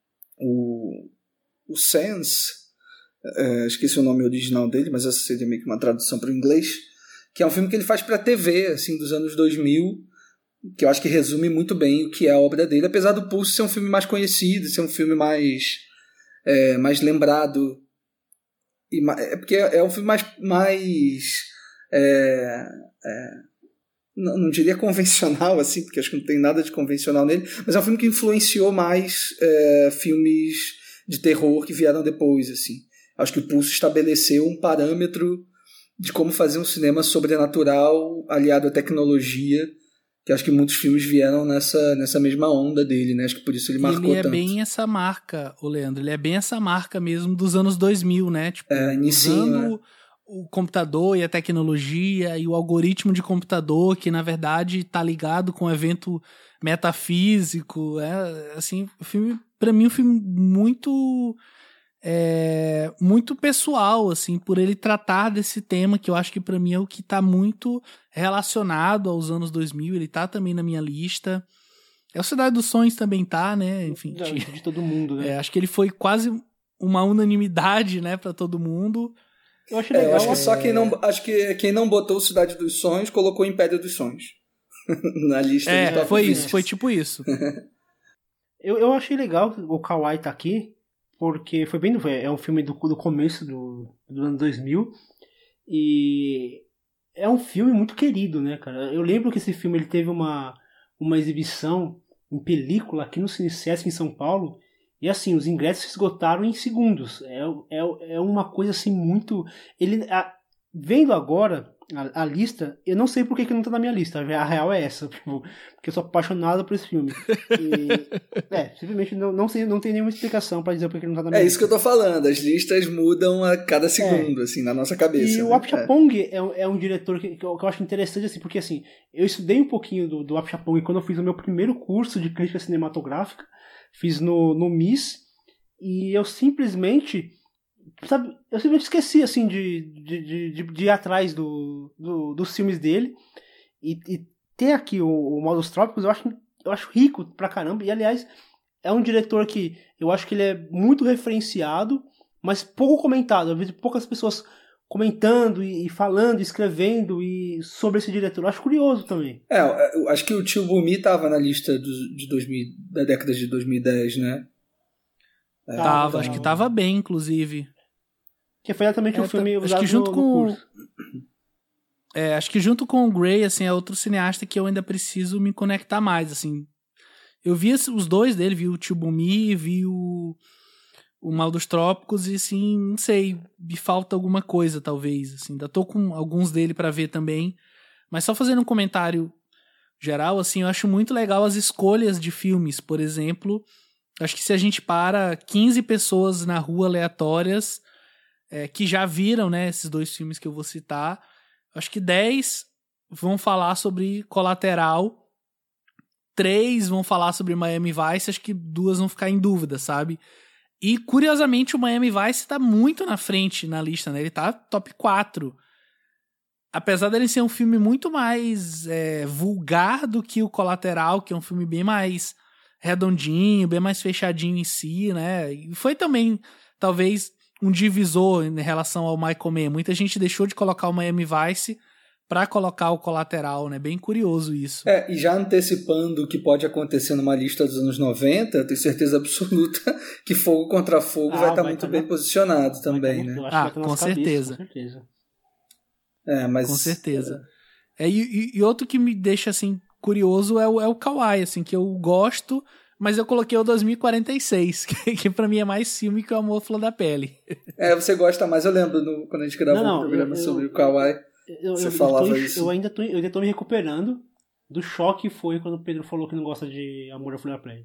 O, o Sense. É, esqueci o nome original dele, mas essa seria meio que uma tradução para o inglês. Que é um filme que ele faz para a T V, assim, dos anos dois mil... que eu acho que resume muito bem o que é a obra dele, apesar do Pulse ser um filme mais conhecido, ser um filme mais, é, mais lembrado. E, é porque é um filme mais... mais é, é, não, não diria convencional, assim, porque acho que não tem nada de convencional nele, mas é um filme que influenciou mais é, filmes de terror que vieram depois, assim. Acho que o Pulse estabeleceu um parâmetro de como fazer um cinema sobrenatural aliado à tecnologia, que acho que muitos filmes vieram nessa, nessa mesma onda dele, né? Acho que por isso ele marcou ele é tanto. Bem essa marca, o Leandro, ele é bem essa marca mesmo dos anos dois mil, né? Tipo, é, usando né? o computador e a tecnologia e o algoritmo de computador, que na verdade tá ligado com um evento metafísico. É, assim, o filme, pra mim, um filme muito... É, muito pessoal, assim, por ele tratar desse tema, que eu acho que pra mim é o que tá muito relacionado aos anos dois mil, ele tá também na minha lista. É o Cidade dos Sonhos também tá, né, enfim. De, de todo mundo, né? É, acho que ele foi quase uma unanimidade, né, pra todo mundo. Eu acho legal. É, eu acho que só quem não, acho que quem não botou Cidade dos Sonhos colocou Império dos Sonhos na lista. É, de top foi vinte. isso, foi tipo isso. eu, eu achei legal o Kawai tá aqui, porque foi bem... É um filme do, do começo do, do ano dois mil. E é um filme muito querido, né, cara? Eu lembro que esse filme ele teve uma, uma exibição em película aqui no Cinesesc em São Paulo. E assim, os ingressos se esgotaram em segundos. É, é, é uma coisa assim muito... Ele, a, vendo agora, a, a lista, eu não sei por que, que não tá na minha lista. A real é essa, tipo, porque eu sou apaixonado por esse filme. E, é, simplesmente não, não, sei, não tem nenhuma explicação pra dizer por que não tá na minha é lista. É isso que eu tô falando, as listas mudam a cada segundo, é. assim, na nossa cabeça. E né? o Apichatpong é. É, é um diretor que, que, eu, que eu acho interessante, assim, porque assim, eu estudei um pouquinho do, do Apichatpong quando eu fiz o meu primeiro curso de crítica cinematográfica, fiz no, no M I S, e eu simplesmente... Sabe, eu simplesmente esqueci assim, de, de, de, de ir atrás do, do, dos filmes dele. E, e ter aqui o, o Modos Trópicos eu acho, eu acho rico pra caramba. E aliás, é um diretor que eu acho que ele é muito referenciado, mas pouco comentado. Eu vejo poucas pessoas comentando e, e falando, escrevendo e sobre esse diretor. Eu acho curioso também. É, eu acho que o Tio Bumi tava na lista do, de dois mil, da década de dois mil e dez, né? É, tava, então... acho que tava bem, inclusive. Que foi exatamente o é, um filme acho que junto no, com no curso. É, acho que junto com o Grey, assim, é outro cineasta que eu ainda preciso me conectar mais, assim. Eu vi os dois dele, vi o Tio Bumi, vi o, o Mal dos Trópicos e, assim, não sei, me falta alguma coisa, talvez, assim. Ainda tô com alguns dele pra ver também. Mas só fazendo um comentário geral, assim, eu acho muito legal as escolhas de filmes, por exemplo. Acho que se a gente para quinze pessoas na rua aleatórias... É, que já viram, né, esses dois filmes que eu vou citar, acho que dez vão falar sobre Colateral, três vão falar sobre Miami Vice, acho que duas vão ficar em dúvida, sabe? E, curiosamente, o Miami Vice tá muito na frente na lista, né? Ele tá top quatro. Apesar dele ser um filme muito mais é, vulgar do que o Colateral, que é um filme bem mais redondinho, bem mais fechadinho em si, né? E foi também, talvez... um divisor em relação ao Michael Mann. Muita gente deixou de colocar o Miami Vice para colocar o Colateral, né? Bem curioso isso. É, e já antecipando o que pode acontecer numa lista dos anos noventa, eu tenho certeza absoluta que Fogo Contra Fogo ah, vai estar muito tá bem na... posicionado também, tá, né? Ah, com certeza. com certeza. É, mas... Com certeza. É. É, e, e outro que me deixa, assim, curioso é o, é o Kawaii, assim, que eu gosto... Mas eu coloquei o dois mil e quarenta e seis, que, que pra mim é mais filme que o Amor à Flor da Pele. É, você gosta mais, eu lembro no, quando a gente gravou não, não, um programa eu, sobre eu, o Kawaii, eu, você eu, falava eu tô, isso. Eu ainda, tô, eu ainda tô me recuperando do choque que foi quando o Pedro falou que não gosta de Amor à Flor da Pele.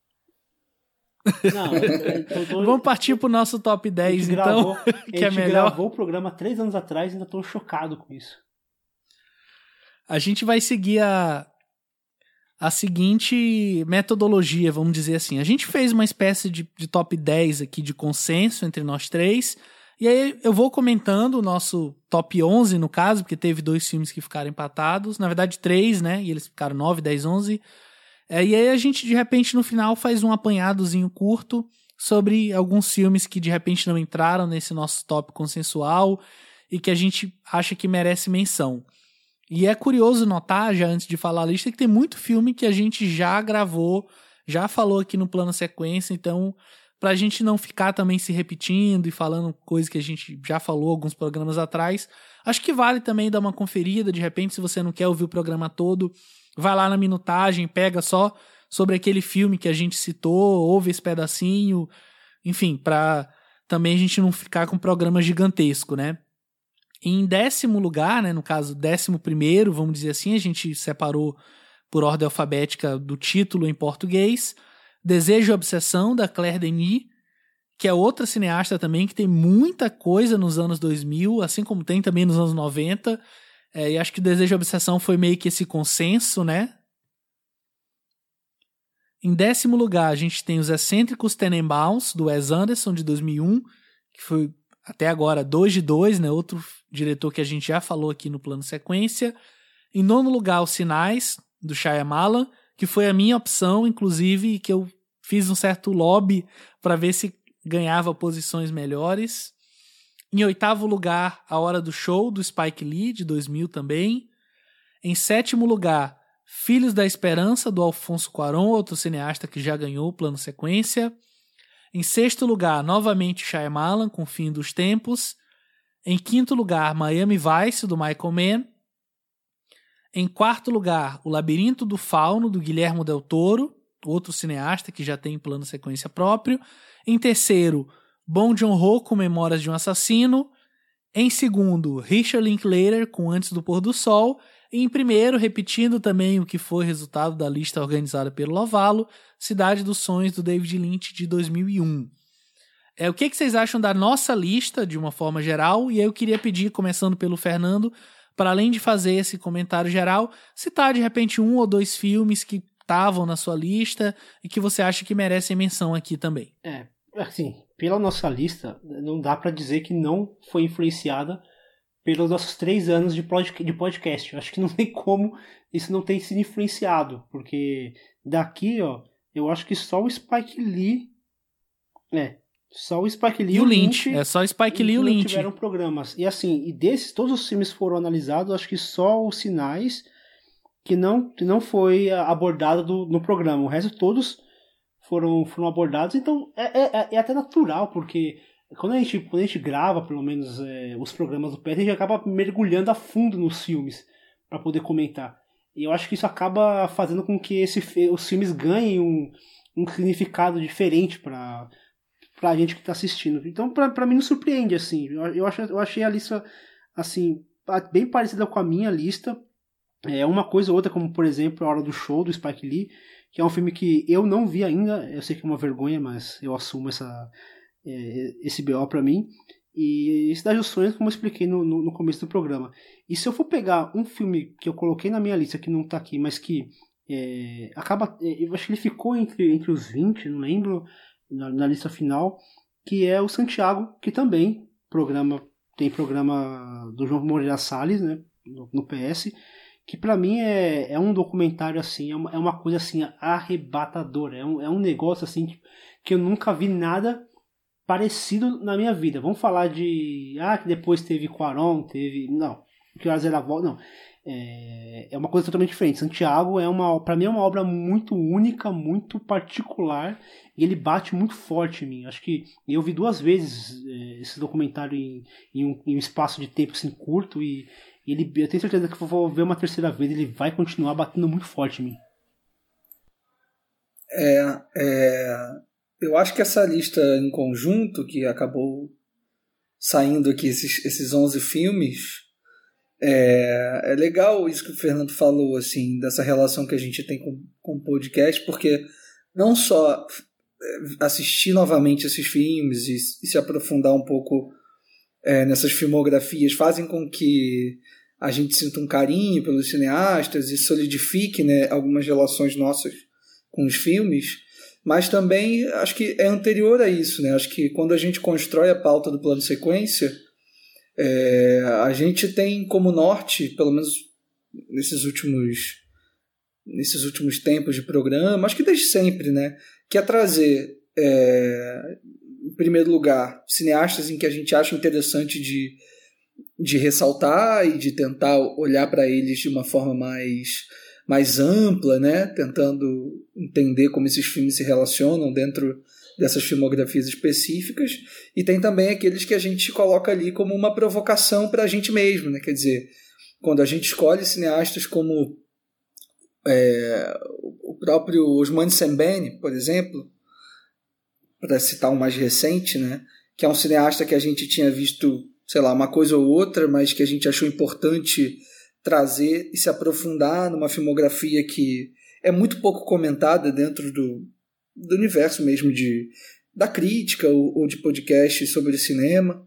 Não, eu, eu tô, tô, Vamos partir pro nosso top dez, então, gravou, que é melhor. A gente gravou o programa três anos atrás e ainda tô chocado com isso. A gente vai seguir a... a seguinte metodologia, vamos dizer assim. A gente fez uma espécie de, de top dez aqui de consenso entre nós três, e aí eu vou comentando o nosso top onze, no caso, porque teve dois filmes que ficaram empatados, na verdade três, né, e eles ficaram nove, dez, onze, é, e aí a gente, de repente, no final faz um apanhadozinho curto sobre alguns filmes que, de repente, não entraram nesse nosso top consensual e que a gente acha que merece menção. E é curioso notar, já antes de falar a lista, que tem muito filme que a gente já gravou, já falou aqui no Plano Sequência, então, pra gente não ficar também se repetindo e falando coisas que a gente já falou alguns programas atrás, acho que vale também dar uma conferida, de repente, se você não quer ouvir o programa todo, vai lá na minutagem, pega só sobre aquele filme que a gente citou, ouve esse pedacinho, enfim, pra também a gente não ficar com um programa gigantesco, né? Em décimo lugar, né, no caso décimo primeiro, vamos dizer assim, a gente separou por ordem alfabética do título em português, Desejo e Obsessão, da Claire Denis, que é outra cineasta também que tem muita coisa nos anos dois mil, assim como tem também nos anos noventa, é, e acho que Desejo e Obsessão foi meio que esse consenso, né? Em décimo lugar, a gente tem Os Excêntricos Tenenbaums, do Wes Anderson, de dois mil e um, que foi até agora dois de dois, né? Outro diretor que a gente já falou aqui no Plano Sequência. Em nono lugar, Os Sinais, do Shyamalan, que foi a minha opção, inclusive, que eu fiz um certo lobby para ver se ganhava posições melhores. Em oitavo lugar, A Hora do Show, do Spike Lee, de dois mil também. Em sétimo lugar, Filhos da Esperança, do Alfonso Cuarón, outro cineasta que já ganhou o Plano Sequência. Em sexto lugar, novamente Shyamalan, com Fim dos Tempos. Em quinto lugar, Miami Vice, do Michael Mann. Em quarto lugar, O Labirinto do Fauno, do Guillermo del Toro, outro cineasta que já tem Plano Sequência próprio. Em terceiro, Bong Joon-ho, com Memórias de um Assassino. Em segundo, Richard Linklater com Antes do Pôr do Sol. E em primeiro, repetindo também o que foi resultado da lista organizada pelo Lovalo, Cidade dos Sonhos, do David Lynch, de dois mil e um. É, o que, que vocês acham da nossa lista, de uma forma geral? E aí eu queria pedir, começando pelo Fernando, para além de fazer esse comentário geral, citar de repente um ou dois filmes que estavam na sua lista e que você acha que merecem menção aqui também. É, assim, pela nossa lista, não dá pra dizer que não foi influenciada pelos nossos três anos de podcast. Eu acho que não tem como isso não ter sido influenciado, porque daqui, ó, eu acho que só o Spike Lee, é, só o Spike Lee e o Lynch, Lynch é só o Spike Lee e o Lynch tiveram programas. E assim, e desses, todos os filmes foram analisados, acho que só os Sinais que não, que não foi abordado do, no programa. O resto todos foram, foram abordados, então é, é, é até natural, porque quando a gente, quando a gente grava, pelo menos, é, os programas do P E T, a gente acaba mergulhando a fundo nos filmes para poder comentar. E eu acho que isso acaba fazendo com que esse, os filmes ganhem um, um significado diferente para a gente que está assistindo. Então, para mim, não surpreende, assim. Eu, eu, acho, eu achei a lista, assim, bem parecida com a minha lista. É uma coisa ou outra, como, por exemplo, A Hora do Show, do Spike Lee, que é um filme que eu não vi ainda. Eu sei que é uma vergonha, mas eu assumo essa... esse B O pra mim, e Cidade dos Sonhos, como eu expliquei no, no, no começo do programa. E se eu for pegar um filme que eu coloquei na minha lista, que não tá aqui, mas que é, acaba, eu acho que ele ficou entre, entre os vinte, não lembro, na, na lista final, que é o Santiago, que também programa, tem programa do João Moreira Salles, né, no, no P S, que pra mim é, é um documentário assim, é uma, é uma coisa assim arrebatadora, é um, é um negócio assim que, que eu nunca vi nada parecido na minha vida. Vamos falar de... Ah, que depois teve Cuarón, teve... Não. Que horas era a volta? Não. É, é uma coisa totalmente diferente. Santiago, é uma, pra mim, é uma obra muito única, muito particular. E ele bate muito forte em mim. Acho que eu vi duas vezes é, esse documentário em, em, um, em um espaço de tempo assim, curto. E ele, eu tenho certeza que se eu vou ver uma terceira vez, ele vai continuar batendo muito forte em mim. É... é... Eu acho que essa lista em conjunto, que acabou saindo aqui, esses, esses onze filmes, é, é legal isso que o Fernando falou, assim, dessa relação que a gente tem com, com o podcast, porque não só assistir novamente esses filmes e, e se aprofundar um pouco é, nessas filmografias fazem com que a gente sinta um carinho pelos cineastas e solidifique, né, algumas relações nossas com os filmes, mas também acho que é anterior a isso, né? Acho que quando a gente constrói a pauta do plano sequência, é, a gente tem como norte, pelo menos nesses últimos, nesses últimos tempos de programa, acho que desde sempre, né? Que é trazer, é, em primeiro lugar, cineastas em que a gente acha interessante de, de ressaltar e de tentar olhar para eles de uma forma mais... mais ampla, né? Tentando entender como esses filmes se relacionam dentro dessas filmografias específicas, e tem também aqueles que a gente coloca ali como uma provocação para a gente mesmo, né? Quer dizer, quando a gente escolhe cineastas como é, o próprio Ousmane Sembene, por exemplo, para citar um mais recente, né? Que é um cineasta que a gente tinha visto, sei lá, uma coisa ou outra, mas que a gente achou importante trazer e se aprofundar numa filmografia que é muito pouco comentada dentro do, do universo mesmo de, da crítica ou, ou de podcast sobre cinema.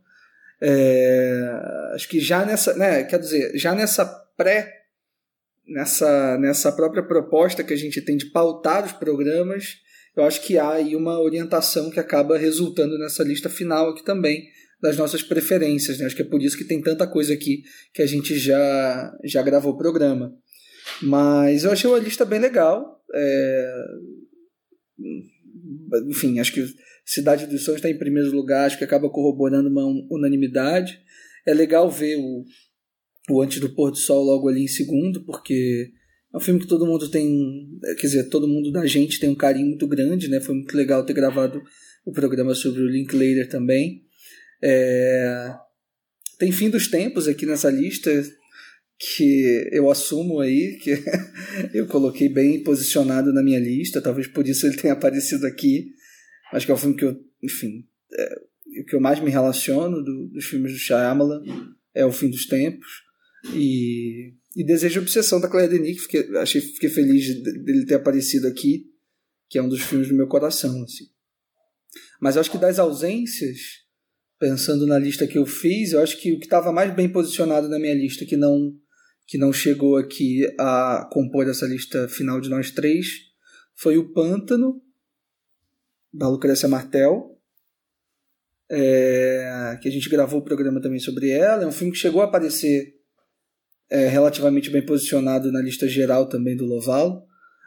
É, acho que já nessa, né, quer dizer, já nessa pré, nessa, nessa própria proposta que a gente tem de pautar os programas, eu acho que há aí uma orientação que acaba resultando nessa lista final aqui também, das nossas preferências, né? Acho que é por isso que tem tanta coisa aqui que a gente já, já gravou o programa. Mas eu achei uma lista bem legal. É... Enfim, acho que Cidade dos Sonhos está em primeiro lugar, acho que acaba corroborando uma unanimidade. É legal ver o, o Antes do Pôr do Sol logo ali em segundo, porque é um filme que todo mundo tem, quer dizer, todo mundo da gente tem um carinho muito grande, né? Foi muito legal ter gravado o programa sobre o Linklater também. É... Tem Fim dos Tempos aqui nessa lista, que eu assumo aí, que eu coloquei bem posicionado na minha lista, talvez por isso ele tenha aparecido aqui. Acho que é um filme que eu, enfim, é... o que eu mais me relaciono do, dos filmes do Shyamalan é O Fim dos Tempos e, e Desejo e Obsessão da Claire Denis, que fiquei, achei, fiquei feliz dele ter aparecido aqui, que é um dos filmes do meu coração, assim. Mas eu acho que das ausências, pensando na lista que eu fiz, eu acho que o que estava mais bem posicionado na minha lista, que não, que não chegou aqui a compor essa lista final de nós três, foi O Pântano, da Lucrécia Martel, é, que a gente gravou o programa também sobre ela. É um filme que chegou a aparecer é, relativamente bem posicionado na lista geral também do Lovalo.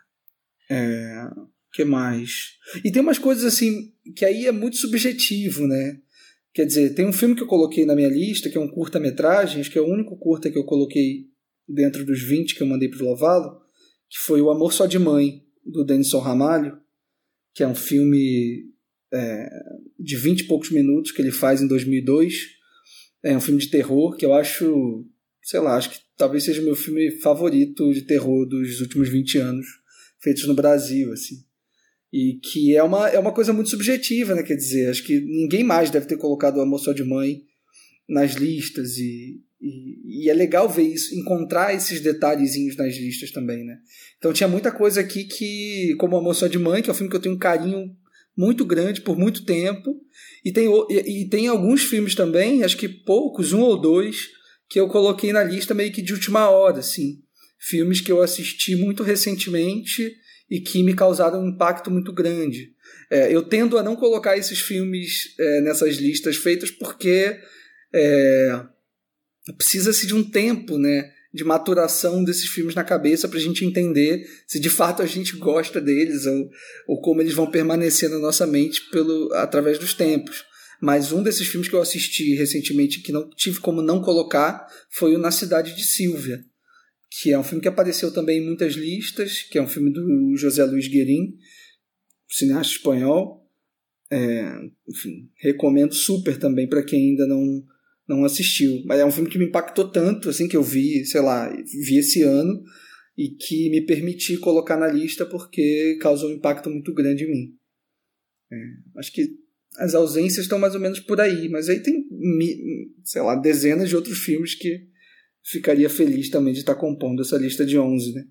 É, que mais? E tem umas coisas assim que aí é muito subjetivo, né? Quer dizer, tem um filme que eu coloquei na minha lista, que é um curta-metragem, acho que é o único curta que eu coloquei dentro dos vinte que eu mandei para o Lovalo, que foi O Amor Só de Mãe, do Denison Ramalho, que é um filme é, de vinte e poucos minutos que ele faz em dois mil e dois. É um filme de terror que eu acho, sei lá, acho que talvez seja o meu filme favorito de terror dos últimos vinte anos, feitos no Brasil, assim. E que é uma, é uma coisa muito subjetiva, né? Quer dizer, acho que ninguém mais deve ter colocado O Amor Só de Mãe nas listas e, e, e é legal ver isso, encontrar esses detalhezinhos nas listas também, né? Então tinha muita coisa aqui que, como O Amor Só de Mãe, que é um filme que eu tenho um carinho muito grande por muito tempo, e tem, e, e tem alguns filmes também, acho que poucos, um ou dois, que eu coloquei na lista meio que de última hora, assim. Filmes que eu assisti muito recentemente e que me causaram um impacto muito grande. É, eu tendo a não colocar esses filmes é, nessas listas feitas porque é, precisa-se de um tempo, né, de maturação desses filmes na cabeça para a gente entender se de fato a gente gosta deles ou, ou como eles vão permanecer na nossa mente pelo, através dos tempos. Mas um desses filmes que eu assisti recentemente que não tive como não colocar foi o Na Cidade de Sílvia, que é um filme que apareceu também em muitas listas, que é um filme do José Luis Guerin, cineasta espanhol. É, enfim, recomendo super também para quem ainda não, não assistiu. Mas é um filme que me impactou tanto, assim, que eu vi, sei lá, vi esse ano e que me permiti colocar na lista porque causou um impacto muito grande em mim. É, acho que as ausências estão mais ou menos por aí, mas aí tem, sei lá, dezenas de outros filmes que ficaria feliz também de estar compondo essa lista de onze, né?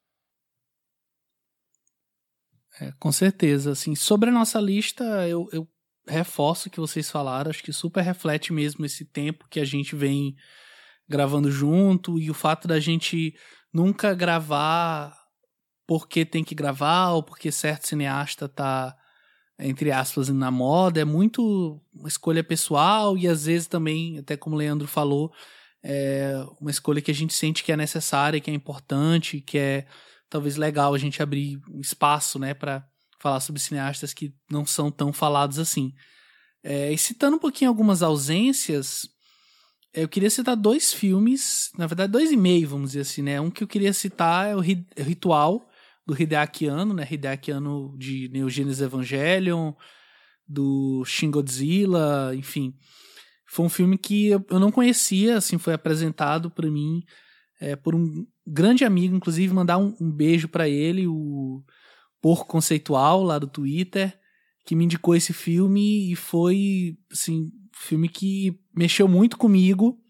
É, com certeza. Assim, sobre a nossa lista, eu, eu reforço o que vocês falaram. Acho que super reflete mesmo esse tempo que a gente vem gravando junto e o fato da gente nunca gravar porque tem que gravar ou porque certo cineasta tá, entre aspas, na moda. É muito uma escolha pessoal e às vezes também, até como o Leandro falou, é uma escolha que a gente sente que é necessária, que é importante, que é talvez legal a gente abrir um espaço, né, para falar sobre cineastas que não são tão falados assim. É, e citando um pouquinho algumas ausências, eu queria citar dois filmes, na verdade dois e meio, vamos dizer assim, né? Um que eu queria citar é o Ritual, do Hideaki Anno, né? Hideaki Anno de Neon Genesis Evangelion, do Shin Godzilla, enfim. Foi um filme que eu não conhecia, assim, foi apresentado para mim é, por um grande amigo, inclusive mandar um, um beijo para ele, o Porco Conceitual, lá do Twitter, que me indicou esse filme e foi, assim, um filme que mexeu muito comigo.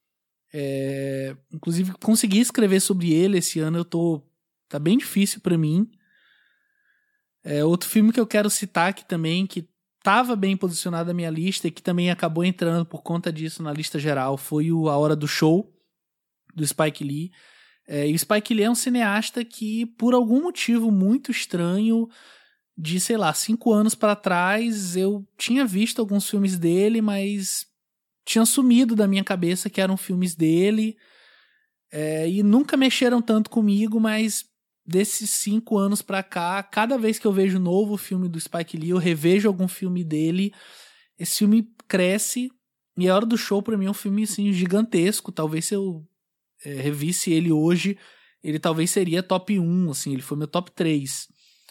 É, inclusive, consegui escrever sobre ele esse ano, eu tô, tá bem difícil para mim. É, outro filme que eu quero citar aqui também, que estava bem posicionado na minha lista e que também acabou entrando por conta disso na lista geral, foi o A Hora do Show, do Spike Lee. É, e o Spike Lee é um cineasta que, por algum motivo muito estranho, de, sei lá, cinco anos para trás, eu tinha visto alguns filmes dele, mas tinha sumido da minha cabeça que eram filmes dele, é, e nunca mexeram tanto comigo, mas desses cinco anos pra cá, cada vez que eu vejo um novo filme do Spike Lee, eu revejo algum filme dele, esse filme cresce, e A Hora do Show pra mim é um filme assim, gigantesco. Talvez se eu é, revisse ele hoje, ele talvez seria top um, assim, ele foi meu top três.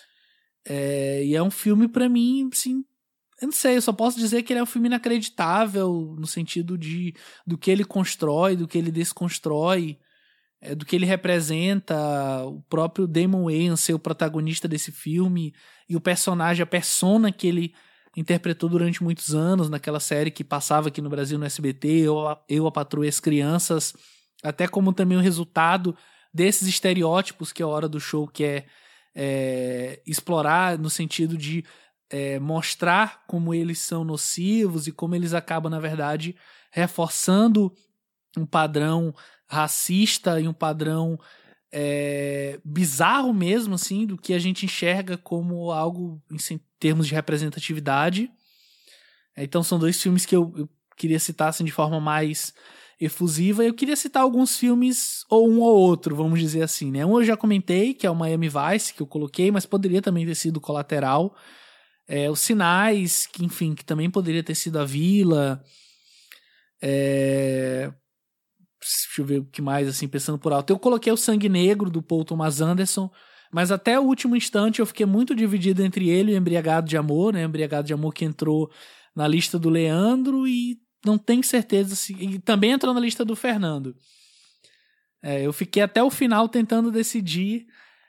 É, e é um filme pra mim, assim, eu não sei, eu só posso dizer que ele é um filme inacreditável no sentido de, do que ele constrói, do que ele desconstrói, é, do que ele representa, o próprio Damon Wayans ser o protagonista desse filme, e o personagem, a persona que ele interpretou durante muitos anos naquela série que passava aqui no Brasil no S B T, Eu, Eu a Patroa e as Crianças, até como também o resultado desses estereótipos que a Hora do Show quer é, explorar, no sentido de é, mostrar como eles são nocivos e como eles acabam, na verdade, reforçando um padrão racista e um padrão é, bizarro mesmo, assim, do que a gente enxerga como algo em termos de representatividade. Então são dois filmes que eu, eu queria citar assim, de forma mais efusiva. Eu queria citar alguns filmes, ou um ou outro, vamos dizer assim, né? Um eu já comentei, que é o Miami Vice, que eu coloquei, mas poderia também ter sido Colateral. É, os Sinais, que enfim, que também poderia ter sido A Vila. É... Deixa eu ver o que mais, assim, pensando por alto. Eu coloquei o Sangue Negro, do Paul Thomas Anderson, mas até o último instante eu fiquei muito dividido entre ele e o Embriagado de Amor, né? Embriagado de Amor que entrou na lista do Leandro e não tenho certeza se... E também entrou na lista do Fernando. É, eu fiquei até o final tentando decidir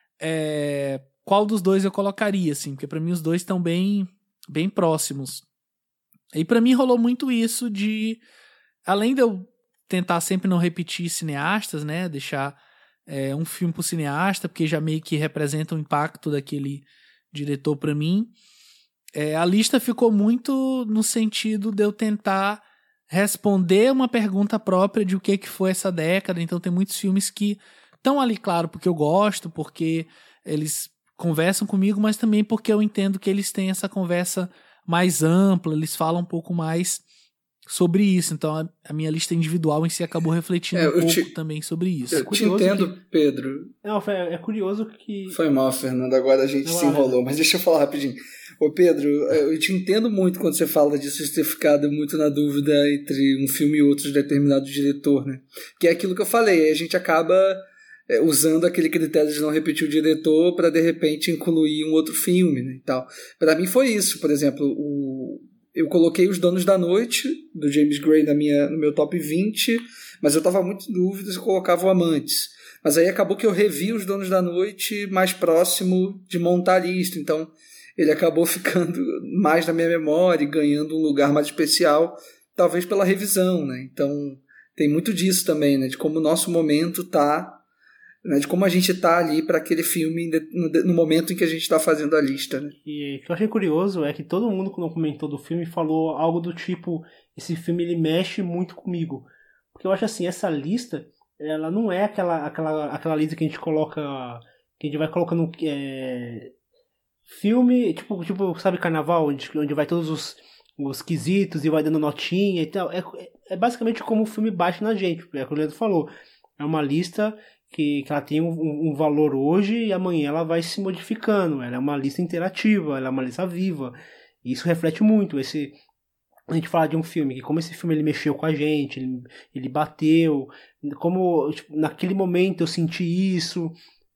é, qual dos dois eu colocaria, assim, porque pra mim os dois estão bem, bem próximos. E pra mim rolou muito isso de... Além de eu tentar sempre não repetir cineastas, né? Deixar é, um filme pro cineasta, porque já meio que representa o impacto daquele diretor pra mim. É, a lista ficou muito no sentido de eu tentar responder uma pergunta própria de o que, que foi essa década. Então tem muitos filmes que estão ali, claro, porque eu gosto, porque eles conversam comigo, mas também porque eu entendo que eles têm essa conversa mais ampla, eles falam um pouco mais sobre isso. Então a, a minha lista individual em si acabou refletindo é, um pouco te, também sobre isso. Eu te entendo, que... Pedro. Não, é, é curioso que... Foi mal, Fernando, agora a gente Não, se enrolou, é. Mas deixa eu falar rapidinho. Ô Pedro, eu te entendo muito quando você fala disso, de ter ficado muito na dúvida entre um filme e outro de determinado diretor, né? Que é aquilo que eu falei, a gente acaba é, usando aquele critério de não repetir o diretor para de repente incluir um outro filme, né, e tal. Para mim foi isso, por exemplo, o... eu coloquei Os Donos da Noite, do James Gray, na minha, no meu top vinte, mas eu estava muito em dúvida se eu colocava o Amantes. Mas aí acabou que eu revi Os Donos da Noite mais próximo de montar a lista, então ele acabou ficando mais na minha memória e ganhando um lugar mais especial, talvez pela revisão, né? Então tem muito disso também, né? De como o nosso momento tá, né? De como a gente tá ali para aquele filme no, no momento em que a gente está fazendo a lista, né? E o que eu achei curioso é que todo mundo, quando comentou do filme, falou algo do tipo: esse filme ele mexe muito comigo. Porque eu acho assim, essa lista, ela não é aquela, aquela, aquela lista que a gente coloca, que a gente vai colocando é, filme, tipo, tipo, sabe, Carnaval, onde, onde vai todos os, os quesitos e vai dando notinha e tal. É, é basicamente como o filme bate na gente, é o que o Leandro falou. É uma lista que, que ela tem um, um valor hoje e amanhã ela vai se modificando. Ela é uma lista interativa, ela é uma lista viva. E isso reflete muito. Esse, a gente fala de um filme, que como esse filme ele mexeu com a gente, ele, ele bateu, como tipo, naquele momento eu senti isso.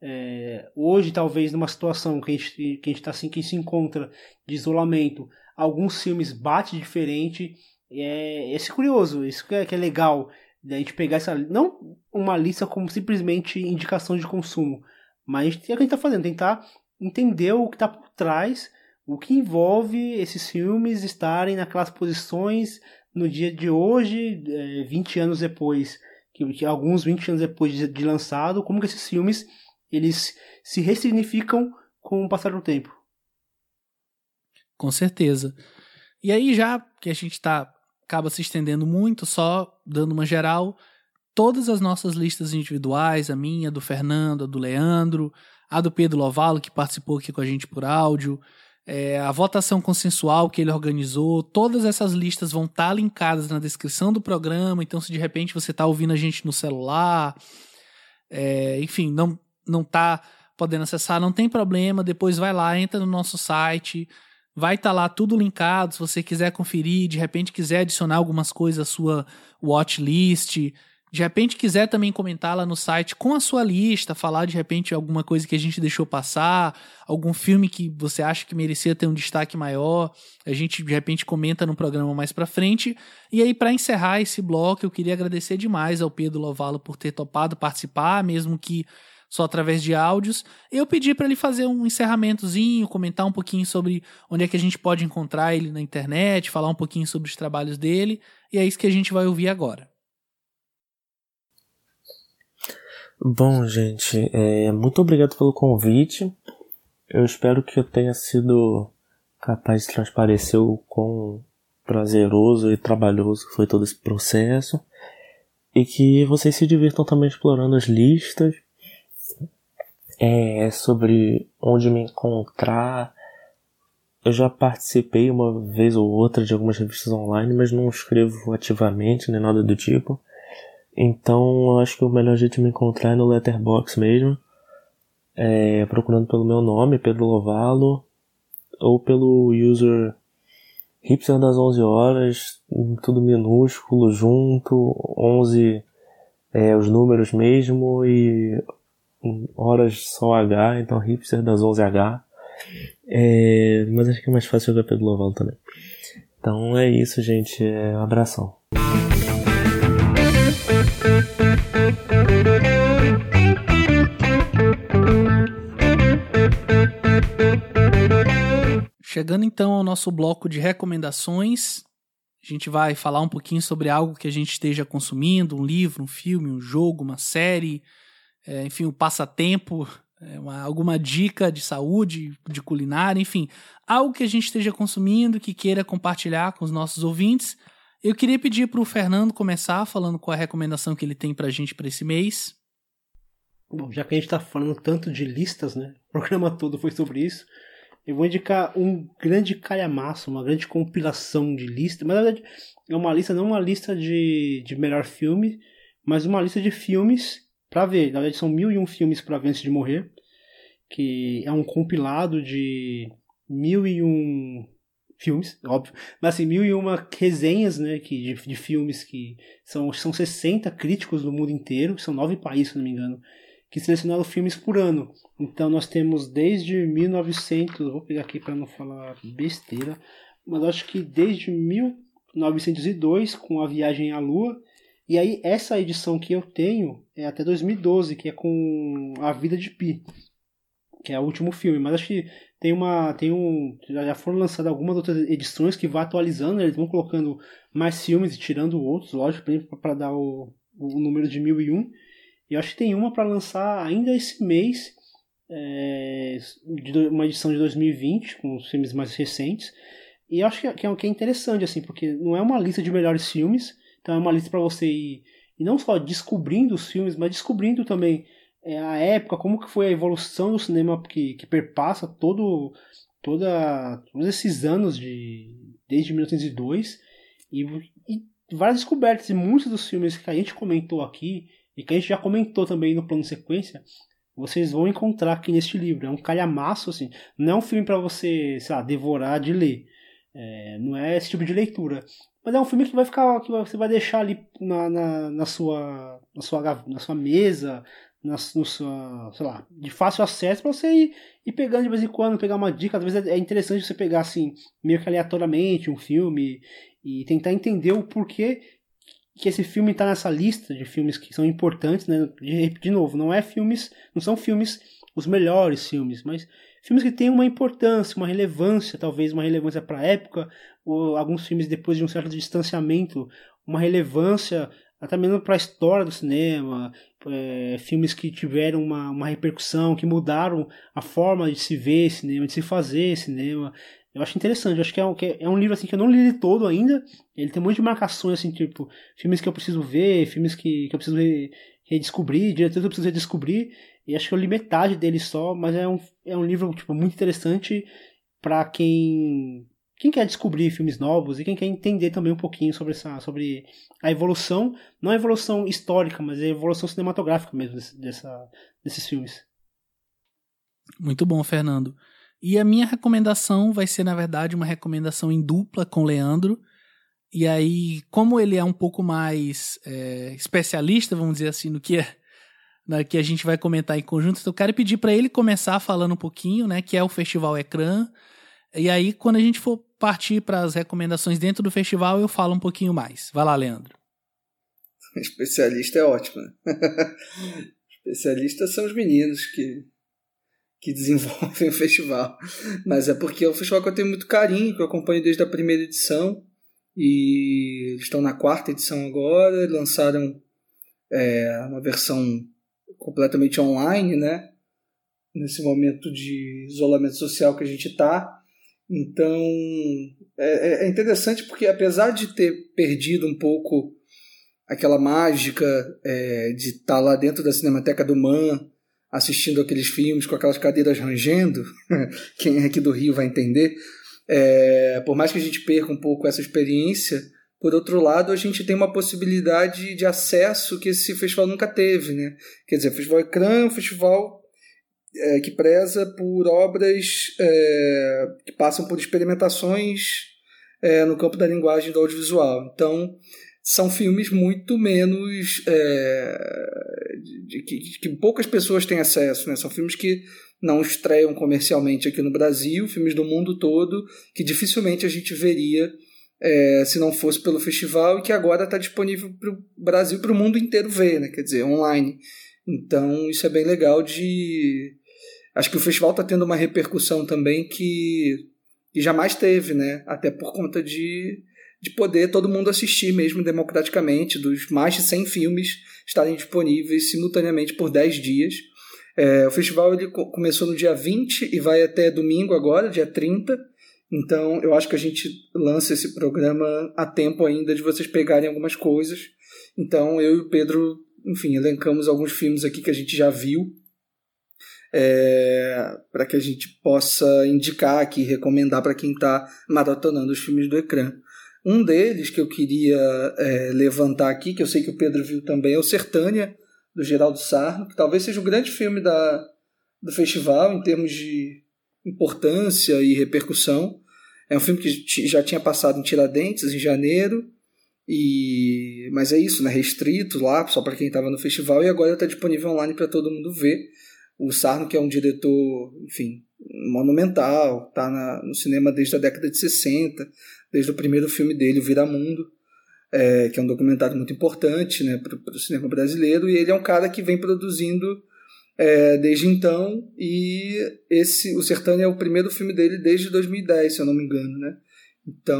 É, hoje, talvez, numa situação que a gente que a gente tá assim, que se encontra de isolamento, alguns filmes batem diferente. É, esse é curioso, isso que é, que é legal. A gente pegar essa, não uma lista como simplesmente indicação de consumo, mas é o que a gente está fazendo, tentar entender o que está por trás, o que envolve esses filmes estarem naquelas posições no dia de hoje, é, vinte anos depois, que, que alguns vinte anos depois de, de lançado, como que esses filmes eles se ressignificam com o passar do tempo. Com certeza. E aí, já que a gente está acaba se estendendo muito, só dando uma geral, todas as nossas listas individuais, a minha, a do Fernando, a do Leandro, a do Pedro Lovalo, que participou aqui com a gente por áudio, é, a votação consensual que ele organizou, todas essas listas vão estar linkadas na descrição do programa, então se de repente você está ouvindo a gente no celular, é, enfim, não, não está podendo acessar, não tem problema, depois vai lá, entra no nosso site, vai estar tá lá tudo linkado, se você quiser conferir, de repente quiser adicionar algumas coisas à sua watchlist, de repente quiser também comentar lá no site com a sua lista, falar de repente alguma coisa que a gente deixou passar, algum filme que você acha que merecia ter um destaque maior, a gente de repente comenta no programa mais pra frente. E aí, para encerrar esse bloco, eu queria agradecer demais ao Pedro Lovalo por ter topado participar, mesmo que só através de áudios. Eu pedi para ele fazer um encerramentozinho, comentar um pouquinho sobre onde é que a gente pode encontrar ele na internet, falar um pouquinho sobre os trabalhos dele, e é isso que a gente vai ouvir agora. Bom, gente, é, muito obrigado pelo convite. Eu espero que eu tenha sido capaz de transparecer o quão prazeroso e trabalhoso foi todo esse processo. E que vocês se divirtam também explorando as listas, é, sobre onde me encontrar. Eu já participei uma vez ou outra de algumas revistas online, mas não escrevo ativamente nem nada do tipo. Então eu acho que o melhor jeito de me encontrar é no Letterboxd mesmo, é, procurando pelo meu nome, Pedro Lovalo, ou pelo user Hipster das onze horas, tudo minúsculo, junto, onze é, os números mesmo, e horas só H, então Hipster das onze H. É, mas acho que é mais fácil jogar Pedro Lovalo também. Então é isso, gente. É, um abração. Chegando então ao nosso bloco de recomendações, a gente vai falar um pouquinho sobre algo que a gente esteja consumindo, um livro, um filme, um jogo, uma série, é, enfim, um passatempo, é, uma, alguma dica de saúde, de culinária, enfim, algo que a gente esteja consumindo, que queira compartilhar com os nossos ouvintes. Eu queria pedir para o Fernando começar falando qual a recomendação que ele tem para a gente para esse mês. Bom, já que a gente está falando tanto de listas, né? O programa todo foi sobre isso. Eu vou indicar um grande calhamaço, uma grande compilação de listas. Mas na verdade é uma lista, não uma lista de, de melhor filme, mas uma lista de filmes para ver. Na verdade são mil e um filmes para ver antes de morrer. Que é um compilado de mil e um filmes, óbvio. Mas assim, mil e uma resenhas, né, que, de, de filmes que são, são sessenta críticos do mundo inteiro, são nove países, se não me engano, que selecionaram filmes por ano. Então nós temos desde mil e novecentos, vou pegar aqui para não falar besteira, mas acho que desde mil novecentos e dois, com A Viagem à Lua, e aí essa edição que eu tenho é até dois mil e doze, que é com A Vida de Pi, que é o último filme, mas acho que tem uma, tem um, já foram lançadas algumas outras edições que vão atualizando, eles vão colocando mais filmes e tirando outros, lógico, para dar o, o número de mil e um. E eu acho que tem uma para lançar ainda esse mês, é, de uma edição de dois mil e vinte, com os filmes mais recentes. E eu acho que é, que é interessante, assim, porque não é uma lista de melhores filmes, então é uma lista para você ir, e não só descobrindo os filmes, mas descobrindo também é, a época, como que foi a evolução do cinema que, que perpassa todo, toda, todos esses anos, de, desde mil novecentos e dois, e, e várias descobertas, e muitos dos filmes que a gente comentou aqui, e que a gente já comentou também no plano sequência, vocês vão encontrar aqui neste livro. É um calhamaço, assim. Não é um filme para você, sei lá, devorar de ler. É, não é esse tipo de leitura. Mas é um filme que vai ficar, que você vai deixar ali na, na, na, sua, na, sua, na sua mesa, na, no sua, sei lá, de fácil acesso para você ir, ir pegando de vez em quando, pegar uma dica. Às vezes é interessante você pegar, assim, meio que aleatoriamente um filme e tentar entender o porquê que esse filme está nessa lista de filmes que são importantes, né? De, de novo, não é filmes, não são filmes os melhores filmes, mas filmes que têm uma importância, uma relevância, talvez uma relevância para a época, ou alguns filmes depois de um certo distanciamento, uma relevância até mesmo para a história do cinema, é, filmes que tiveram uma, uma repercussão, que mudaram a forma de se ver cinema, de se fazer cinema. Eu acho interessante, eu acho que é um, que é um livro assim, que eu não li ele todo ainda. Ele tem um monte de marcações, assim, tipo, filmes que eu preciso ver, filmes que, que eu preciso re, redescobrir, diretores que eu preciso redescobrir. E acho que eu li metade dele só, mas é um, é um livro tipo, muito interessante para quem, quem quer descobrir filmes novos e quem quer entender também um pouquinho sobre, essa, sobre a evolução, não a evolução histórica, mas a evolução cinematográfica mesmo desse, dessa, desses filmes. Muito bom, Fernando. E a minha recomendação vai ser, na verdade, uma recomendação em dupla com o Leandro. E aí, como ele é um pouco mais é, especialista, vamos dizer assim, no que, é, no que a gente vai comentar em conjunto, então eu quero pedir para ele começar falando um pouquinho, né, que é o Festival Ecrã. E aí, quando a gente for partir para as recomendações dentro do festival, eu falo um pouquinho mais. Vai lá, Leandro. Especialista é ótimo, né? Especialistas são os meninos que, que desenvolvem o festival. Mas é porque é um festival que eu tenho muito carinho, que eu acompanho desde a primeira edição. E eles estão na quarta edição agora, lançaram é, uma versão completamente online, né? Nesse momento de isolamento social que a gente está. Então, é, é interessante porque apesar de ter perdido um pouco aquela mágica é, de estar tá lá dentro da Cinemateca do Man, assistindo aqueles filmes com aquelas cadeiras rangendo, quem é aqui do Rio vai entender, é, por mais que a gente perca um pouco essa experiência, por outro lado, a gente tem uma possibilidade de acesso que esse festival nunca teve, né? Quer dizer, o Festival Ecrã é um festival é, que preza por obras é, que passam por experimentações é, no campo da linguagem do audiovisual. Então, são filmes muito menos é, de, de, que poucas pessoas têm acesso, né? São filmes que não estreiam comercialmente aqui no Brasil, filmes do mundo todo que dificilmente a gente veria é, se não fosse pelo festival, e que agora está disponível para o Brasil, para o mundo inteiro ver, né? Quer dizer, online. Então isso é bem legal de... Acho que o festival está tendo uma repercussão também que, que jamais teve, né? Até por conta de de poder todo mundo assistir mesmo democraticamente, dos mais de cem filmes estarem disponíveis simultaneamente por dez dias. É, o festival ele começou no dia vinte e vai até domingo agora, dia trinta. Então eu acho que a gente lança esse programa a tempo ainda de vocês pegarem algumas coisas. Então eu e o Pedro, enfim, elencamos alguns filmes aqui que a gente já viu, é, para que a gente possa indicar aqui, recomendar para quem está maratonando os filmes do Ecrã. Um deles que eu queria é, levantar aqui, que eu sei que o Pedro viu também, é o Sertânia, do Geraldo Sarno, que talvez seja o grande filme da, do festival em termos de importância e repercussão. É um filme que já tinha passado em Tiradentes, em janeiro, e, mas é isso, né, restrito lá, só para quem estava no festival, e agora está disponível online para todo mundo ver. O Sarno, que é um diretor, enfim, monumental, está no cinema desde a década de sessenta, desde o primeiro filme dele, O Viramundo, é, que é um documentário muito importante, né, para o cinema brasileiro, e ele é um cara que vem produzindo é, desde então, e esse, o Sertânia é o primeiro filme dele desde dois mil e dez, se eu não me engano, né? Então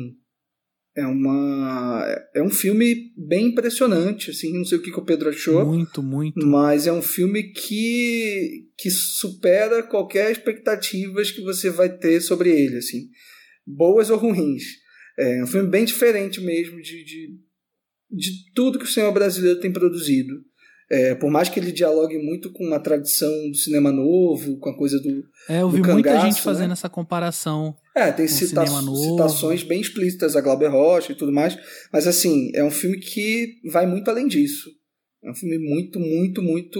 é, uma, é um filme bem impressionante, assim, não sei o que, que o Pedro achou. Muito, muito. Mas é um filme que, que supera qualquer expectativas que você vai ter sobre ele, assim, boas ou ruins. É um filme bem diferente mesmo de, de, de tudo que o cinema brasileiro tem produzido. É, por mais que ele dialogue muito com uma tradição do cinema novo, com a coisa do É, eu vi do muita cangaço, gente fazendo né? Essa comparação. É, tem com cita- cinema novo. citações bem explícitas a Glauber Rocha e tudo mais, mas assim, é um filme que vai muito além disso. É um filme muito, muito, muito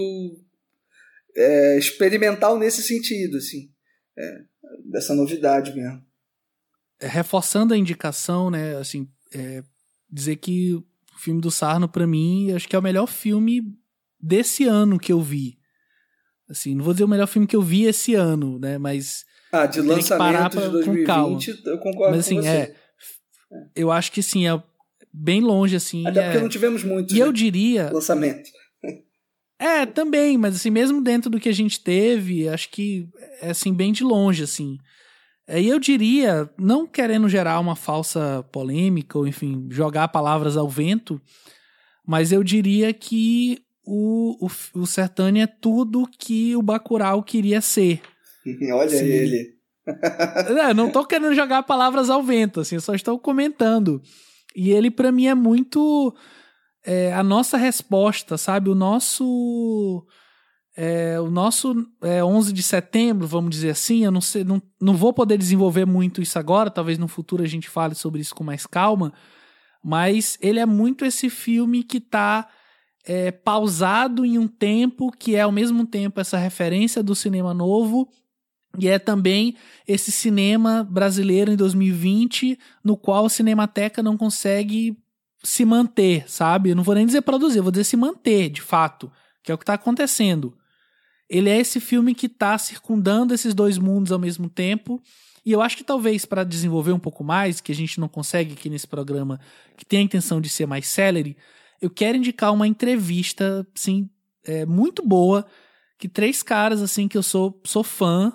é, experimental nesse sentido, assim, é, dessa novidade mesmo. Reforçando a indicação, né, assim, é, dizer que o filme do Sarno, pra mim, acho que é o melhor filme desse ano que eu vi. Assim, não vou dizer o melhor filme que eu vi esse ano, né, mas... Ah, de lançamento pra, de dois mil e vinte, eu concordo mas, assim, com você. É, eu acho que, sim, é bem longe, assim... Até é... porque não tivemos muitos, E né? eu diria... lançamento. É, também, mas assim, mesmo dentro do que a gente teve, acho que é assim, bem de longe, assim. E eu diria, não querendo gerar uma falsa polêmica, ou enfim, jogar palavras ao vento, mas eu diria que o, o, o Sertânia é tudo que o Bacurau queria ser. Olha Sim. ele. É, não tô querendo jogar palavras ao vento, assim, só estou comentando. E ele, pra mim, é muito... É, a nossa resposta, sabe? O nosso... É, o nosso é, onze de setembro, vamos dizer assim, eu não sei, não, não vou poder desenvolver muito isso agora, talvez no futuro a gente fale sobre isso com mais calma, mas ele é muito esse filme que tá é, pausado em um tempo que é ao mesmo tempo essa referência do cinema novo e é também esse cinema brasileiro em dois mil e vinte no qual a Cinemateca não consegue se manter, sabe? Eu não vou nem dizer produzir, eu vou dizer se manter, de fato, que é o que tá acontecendo. Ele é esse filme que tá circundando esses dois mundos ao mesmo tempo, e eu acho que talvez para desenvolver um pouco mais, que a gente não consegue aqui nesse programa, que tem a intenção de ser mais célere, eu quero indicar uma entrevista, assim, é, muito boa, que três caras assim que eu sou, sou fã,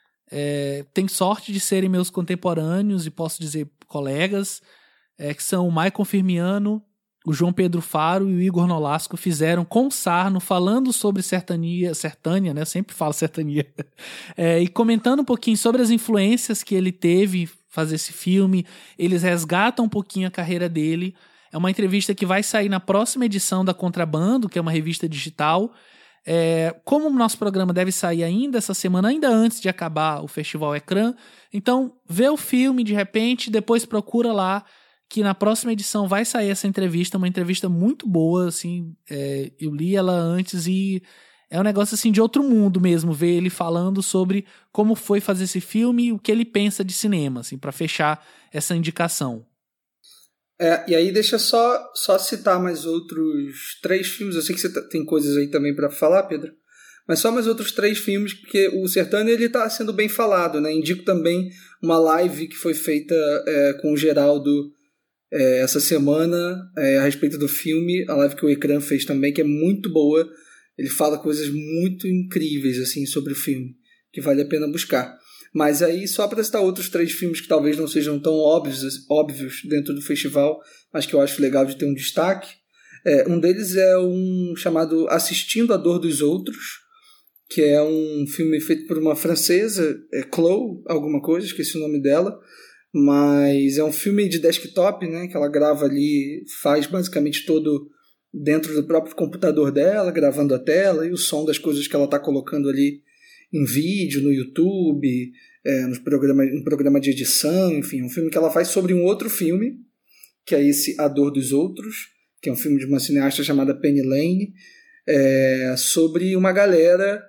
é, tenho sorte de serem meus contemporâneos e posso dizer colegas, é, que são o Maicon Firmiano, o João Pedro Faro e o Igor Nolasco, fizeram com o Sarno, falando sobre sertania, sertânia, né? Eu sempre falo sertania, é, e comentando um pouquinho sobre as influências que ele teve em fazer esse filme. Eles resgatam um pouquinho a carreira dele. É uma entrevista que vai sair na próxima edição da Contrabando, que é uma revista digital. É, como o nosso programa deve sair ainda essa semana, ainda antes de acabar o Festival Ecrã, então vê o filme de repente, depois procura lá, que na próxima edição vai sair essa entrevista, uma entrevista muito boa, assim, é, eu li ela antes e é um negócio assim de outro mundo mesmo, ver ele falando sobre como foi fazer esse filme e o que ele pensa de cinema, assim, para fechar essa indicação. É, e aí deixa só, só citar mais outros três filmes, eu sei que você tem coisas aí também para falar, Pedro, mas só mais outros três filmes, porque o Sertânia ele tá sendo bem falado, né? Indico também uma live que foi feita é, com o Geraldo É, essa semana é, a respeito do filme, a live que o Ecrã fez também, que é muito boa. Ele fala coisas muito incríveis assim sobre o filme, que vale a pena buscar. Mas aí, só para citar outros três filmes que talvez não sejam tão óbvios, óbvios dentro do festival, mas que eu acho legal de ter um destaque, é, um deles é um chamado Assistindo a Dor dos Outros, que é um filme feito por uma francesa, é Chloe, alguma coisa, esqueci o nome dela, mas é um filme de desktop, né, que ela grava ali, faz basicamente todo dentro do próprio computador dela, gravando a tela e o som das coisas que ela está colocando ali em vídeo, no YouTube, é, nos programas, no programa de edição, enfim, um filme que ela faz sobre um outro filme, que é esse A Dor dos Outros, que é um filme de uma cineasta chamada Penny Lane, é, sobre uma galera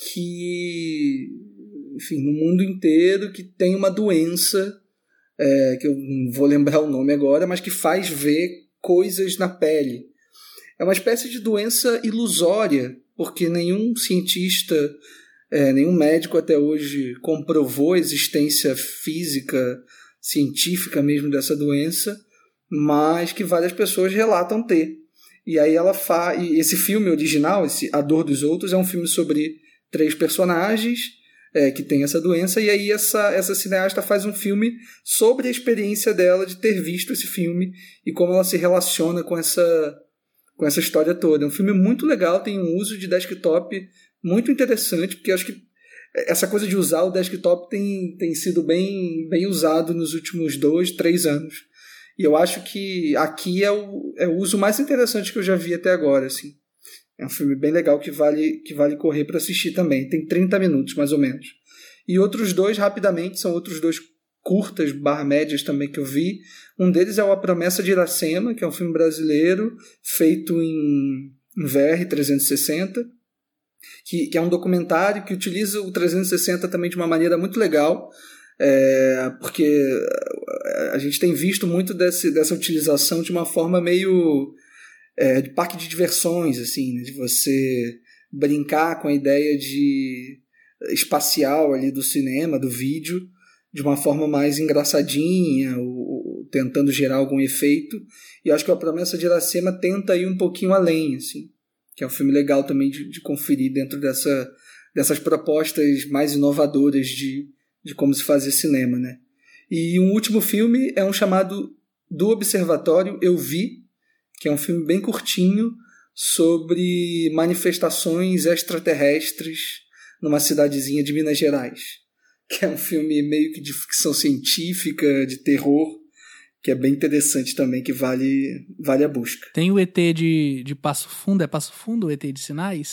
que, enfim, no mundo inteiro, que tem uma doença, É, que eu não vou lembrar o nome agora, mas que faz ver coisas na pele. É uma espécie de doença ilusória, porque nenhum cientista, é, nenhum médico até hoje comprovou a existência física, científica mesmo dessa doença, mas que várias pessoas relatam ter. E aí ela faz. Esse filme original, esse A Dor dos Outros, é um filme sobre três personagens É, que tem essa doença, e aí essa, essa cineasta faz um filme sobre a experiência dela de ter visto esse filme e como ela se relaciona com essa, com essa história toda. É um filme muito legal, tem um uso de desktop muito interessante, porque acho que essa coisa de usar o desktop tem, tem sido bem, bem usado nos últimos dois, três anos. E eu acho que aqui é o, é o uso mais interessante que eu já vi até agora, assim. É um filme bem legal que vale, que vale correr para assistir também. Tem trinta minutos, mais ou menos. E outros dois, rapidamente, são outros dois curtas, barra médias também que eu vi. Um deles é o A Promessa de Iracema, que é um filme brasileiro feito em, em V R trezentos e sessenta, que, que é um documentário que utiliza o trezentos e sessenta também de uma maneira muito legal, é, porque a gente tem visto muito desse, dessa utilização de uma forma meio... É, de parque de diversões, assim, né? De você brincar com a ideia de espacial ali do cinema, do vídeo, de uma forma mais engraçadinha, ou, ou tentando gerar algum efeito. E eu acho que A Promessa de Iracema tenta ir um pouquinho além, assim, que é um filme legal também de, de conferir dentro dessa, dessas propostas mais inovadoras de, de como se fazer cinema, né? E um último filme é um chamado Do Observatório Eu Vi, que é um filme bem curtinho sobre manifestações extraterrestres numa cidadezinha de Minas Gerais, que é um filme meio que de ficção científica, de terror, que é bem interessante também, que vale, vale a busca. Tem o E T de, de Passo Fundo, é Passo Fundo o E T de Sinais?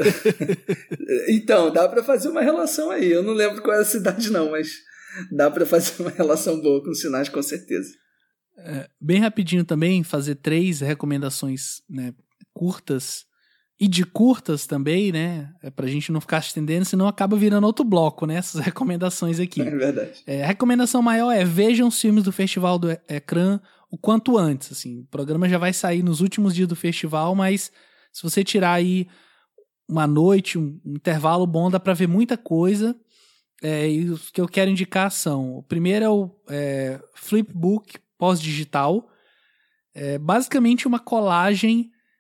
Então, dá para fazer uma relação aí, eu não lembro qual é a cidade não, mas dá para fazer uma relação boa com Sinais, com certeza. É, bem rapidinho também, fazer três recomendações, né, curtas, e de curtas também, né, é pra gente não ficar estendendo, senão acaba virando outro bloco, né, essas recomendações aqui. É verdade. É, a recomendação maior é: vejam os filmes do Festival do Ecrã o quanto antes, assim, o programa já vai sair nos últimos dias do festival, mas se você tirar aí uma noite, um, um intervalo bom, dá pra ver muita coisa. É, e os que eu quero indicar são: o primeiro é o é, Flipbook Pós-Digital, é basicamente uma colagem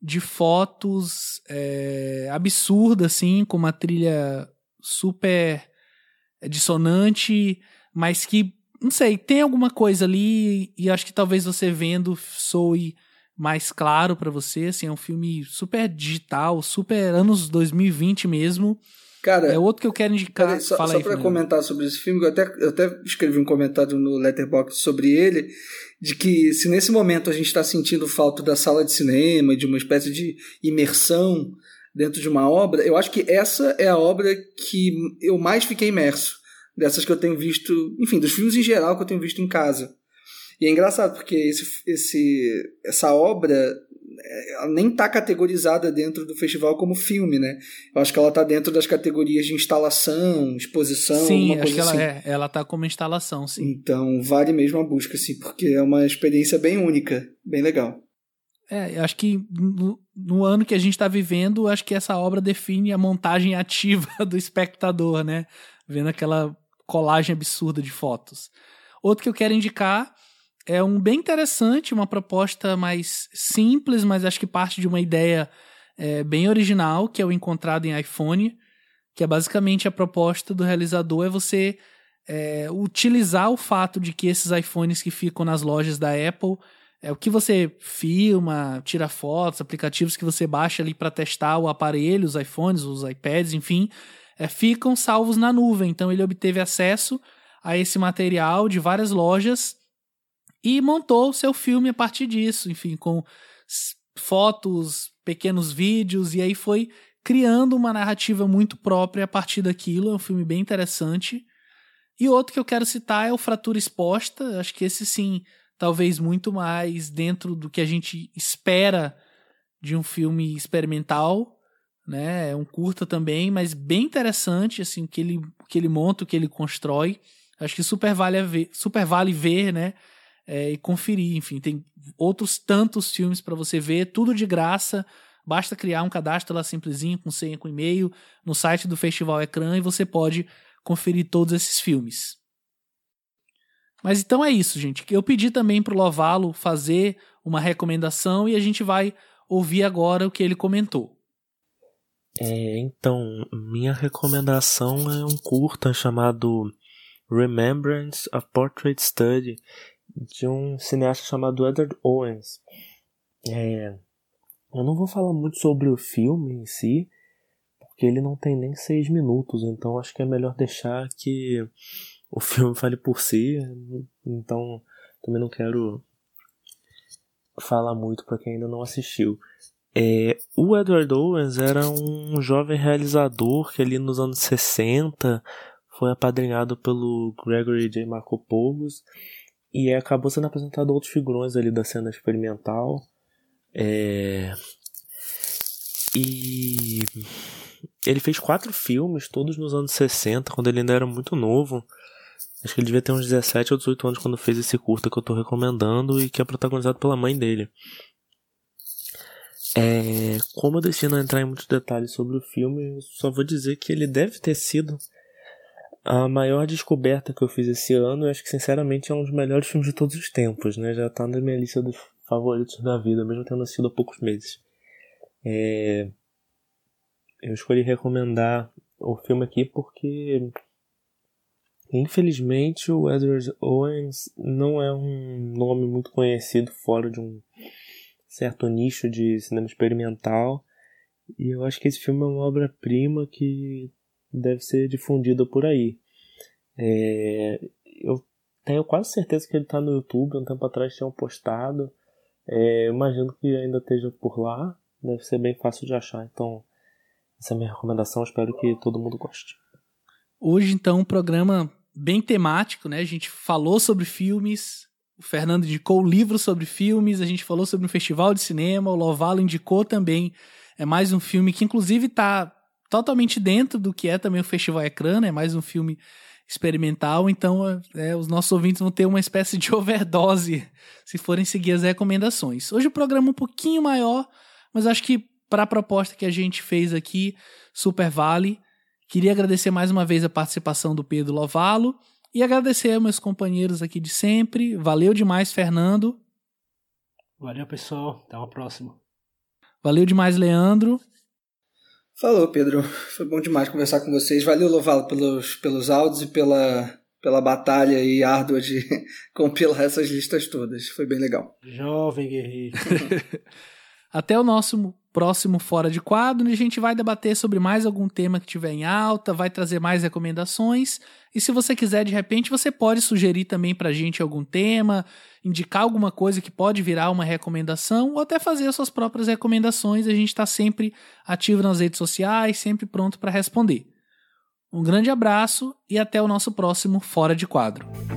de fotos é, absurda, assim, com uma trilha super dissonante, mas que, não sei, tem alguma coisa ali e acho que talvez você vendo soe mais claro pra você, assim, é um filme super digital, super anos dois mil e vinte mesmo. Cara, é outro que eu quero indicar. Peraí, só, Fala só aí, pra Fernando. comentar sobre esse filme, eu até, eu até escrevi um comentário no Letterboxd sobre ele, de que se nesse momento a gente está sentindo falta da sala de cinema, de uma espécie de imersão dentro de uma obra, eu acho que essa é a obra que eu mais fiquei imerso, dessas que eu tenho visto, enfim, dos filmes em geral que eu tenho visto em casa. E é engraçado, porque esse, esse, essa obra ela nem está categorizada dentro do festival como filme, né? Eu acho que ela está dentro das categorias de instalação, exposição, sim, alguma coisa acho assim. que ela é. Ela tá como instalação, sim. Então, vale mesmo a busca, assim, porque é uma experiência bem única, bem legal. É, eu acho que no, no ano que a gente está vivendo, acho que essa obra define a montagem ativa do espectador, né? Vendo aquela colagem absurda de fotos. Outro que eu quero indicar é um bem interessante, uma proposta mais simples, mas acho que parte de uma ideia é, bem original, que é o Encontrado em iPhone, que é basicamente a proposta do realizador é você é, utilizar o fato de que esses iPhones que ficam nas lojas da Apple, é o que você filma, tira fotos, aplicativos que você baixa ali para testar o aparelho, os iPhones, os iPads, enfim, é, ficam salvos na nuvem. Então ele obteve acesso a esse material de várias lojas e montou o seu filme a partir disso, enfim, com fotos, pequenos vídeos, e aí foi criando uma narrativa muito própria a partir daquilo. É um filme bem interessante. E outro que eu quero citar é o Fratura Exposta. Acho que esse sim, talvez muito mais dentro do que a gente espera de um filme experimental, né? É um curta também, mas bem interessante, assim, o que ele, o que ele monta, o que ele constrói. Acho que super vale, a ver, super vale ver, né? É, e conferir, enfim, tem outros tantos filmes para você ver, tudo de graça, basta criar um cadastro lá simplesinho, com senha, com e-mail, no site do Festival Ecrã, e você pode conferir todos esses filmes. Mas então é isso, gente. Eu pedi também pro Lovalo fazer uma recomendação e a gente vai ouvir agora o que ele comentou. É, então, minha recomendação é um curta chamado Remembrance, a Portrait Study, de um cineasta chamado Edward Owens. É, eu não vou falar muito sobre o filme em si, porque ele não tem nem seis minutos, então acho que é melhor deixar que o filme fale por si, então também não quero falar muito para quem ainda não assistiu. É, o Edward Owens era um jovem realizador que ali nos anos sessenta foi apadrinhado pelo Gregory J. Markopoulos e acabou sendo apresentado a outros figurões ali da cena experimental. É... E ele fez quatro filmes, todos nos anos sessenta, quando ele ainda era muito novo. Acho que ele devia ter uns dezessete ou dezoito anos quando fez esse curta que eu tô recomendando e que é protagonizado pela mãe dele. É... Como eu decidi não entrar em muitos detalhes sobre o filme, eu só vou dizer que ele deve ter sido a maior descoberta que eu fiz esse ano. Eu acho que sinceramente é um dos melhores filmes de todos os tempos, né? Já tá na minha lista dos favoritos da vida, mesmo tendo sido há poucos meses. É... Eu escolhi recomendar o filme aqui porque infelizmente o Edward Owens não é um nome muito conhecido fora de um certo nicho de cinema experimental, e eu acho que esse filme é uma obra-prima que deve ser difundida por aí. É, eu tenho quase certeza que ele está no YouTube. Um tempo atrás tinham postado. É, eu imagino que ainda esteja por lá. Deve ser bem fácil de achar. Então, essa é a minha recomendação. Espero que todo mundo goste. Hoje, então, um programa bem temático, né? A gente falou sobre filmes, o Fernando indicou um livro sobre filmes, a gente falou sobre um festival de cinema, o Lovalo indicou também é mais um filme que, inclusive, está totalmente dentro do que é também o Festival Ecrã, né? Mais um filme experimental, então é, os nossos ouvintes vão ter uma espécie de overdose se forem seguir as recomendações. Hoje o programa é um pouquinho maior, mas acho que para a proposta que a gente fez aqui, super vale. Queria agradecer mais uma vez a participação do Pedro Lovalo e agradecer aos meus companheiros aqui de sempre. Valeu demais, Fernando. Valeu, pessoal. Até uma próxima. Valeu demais, Leandro. Falou, Pedro. Foi bom demais conversar com vocês. Valeu, Lovalo, pelos, pelos áudios e pela, pela batalha aí árdua de compilar essas listas todas. Foi bem legal. Jovem guerreiro. Até o nosso próximo Fora de Quadro, onde a gente vai debater sobre mais algum tema que tiver em alta, vai trazer mais recomendações. E se você quiser, de repente, você pode sugerir também pra gente algum tema, indicar alguma coisa que pode virar uma recomendação, ou até fazer as suas próprias recomendações. A gente está sempre ativo nas redes sociais, sempre pronto para responder. Um grande abraço e até o nosso próximo Fora de Quadro.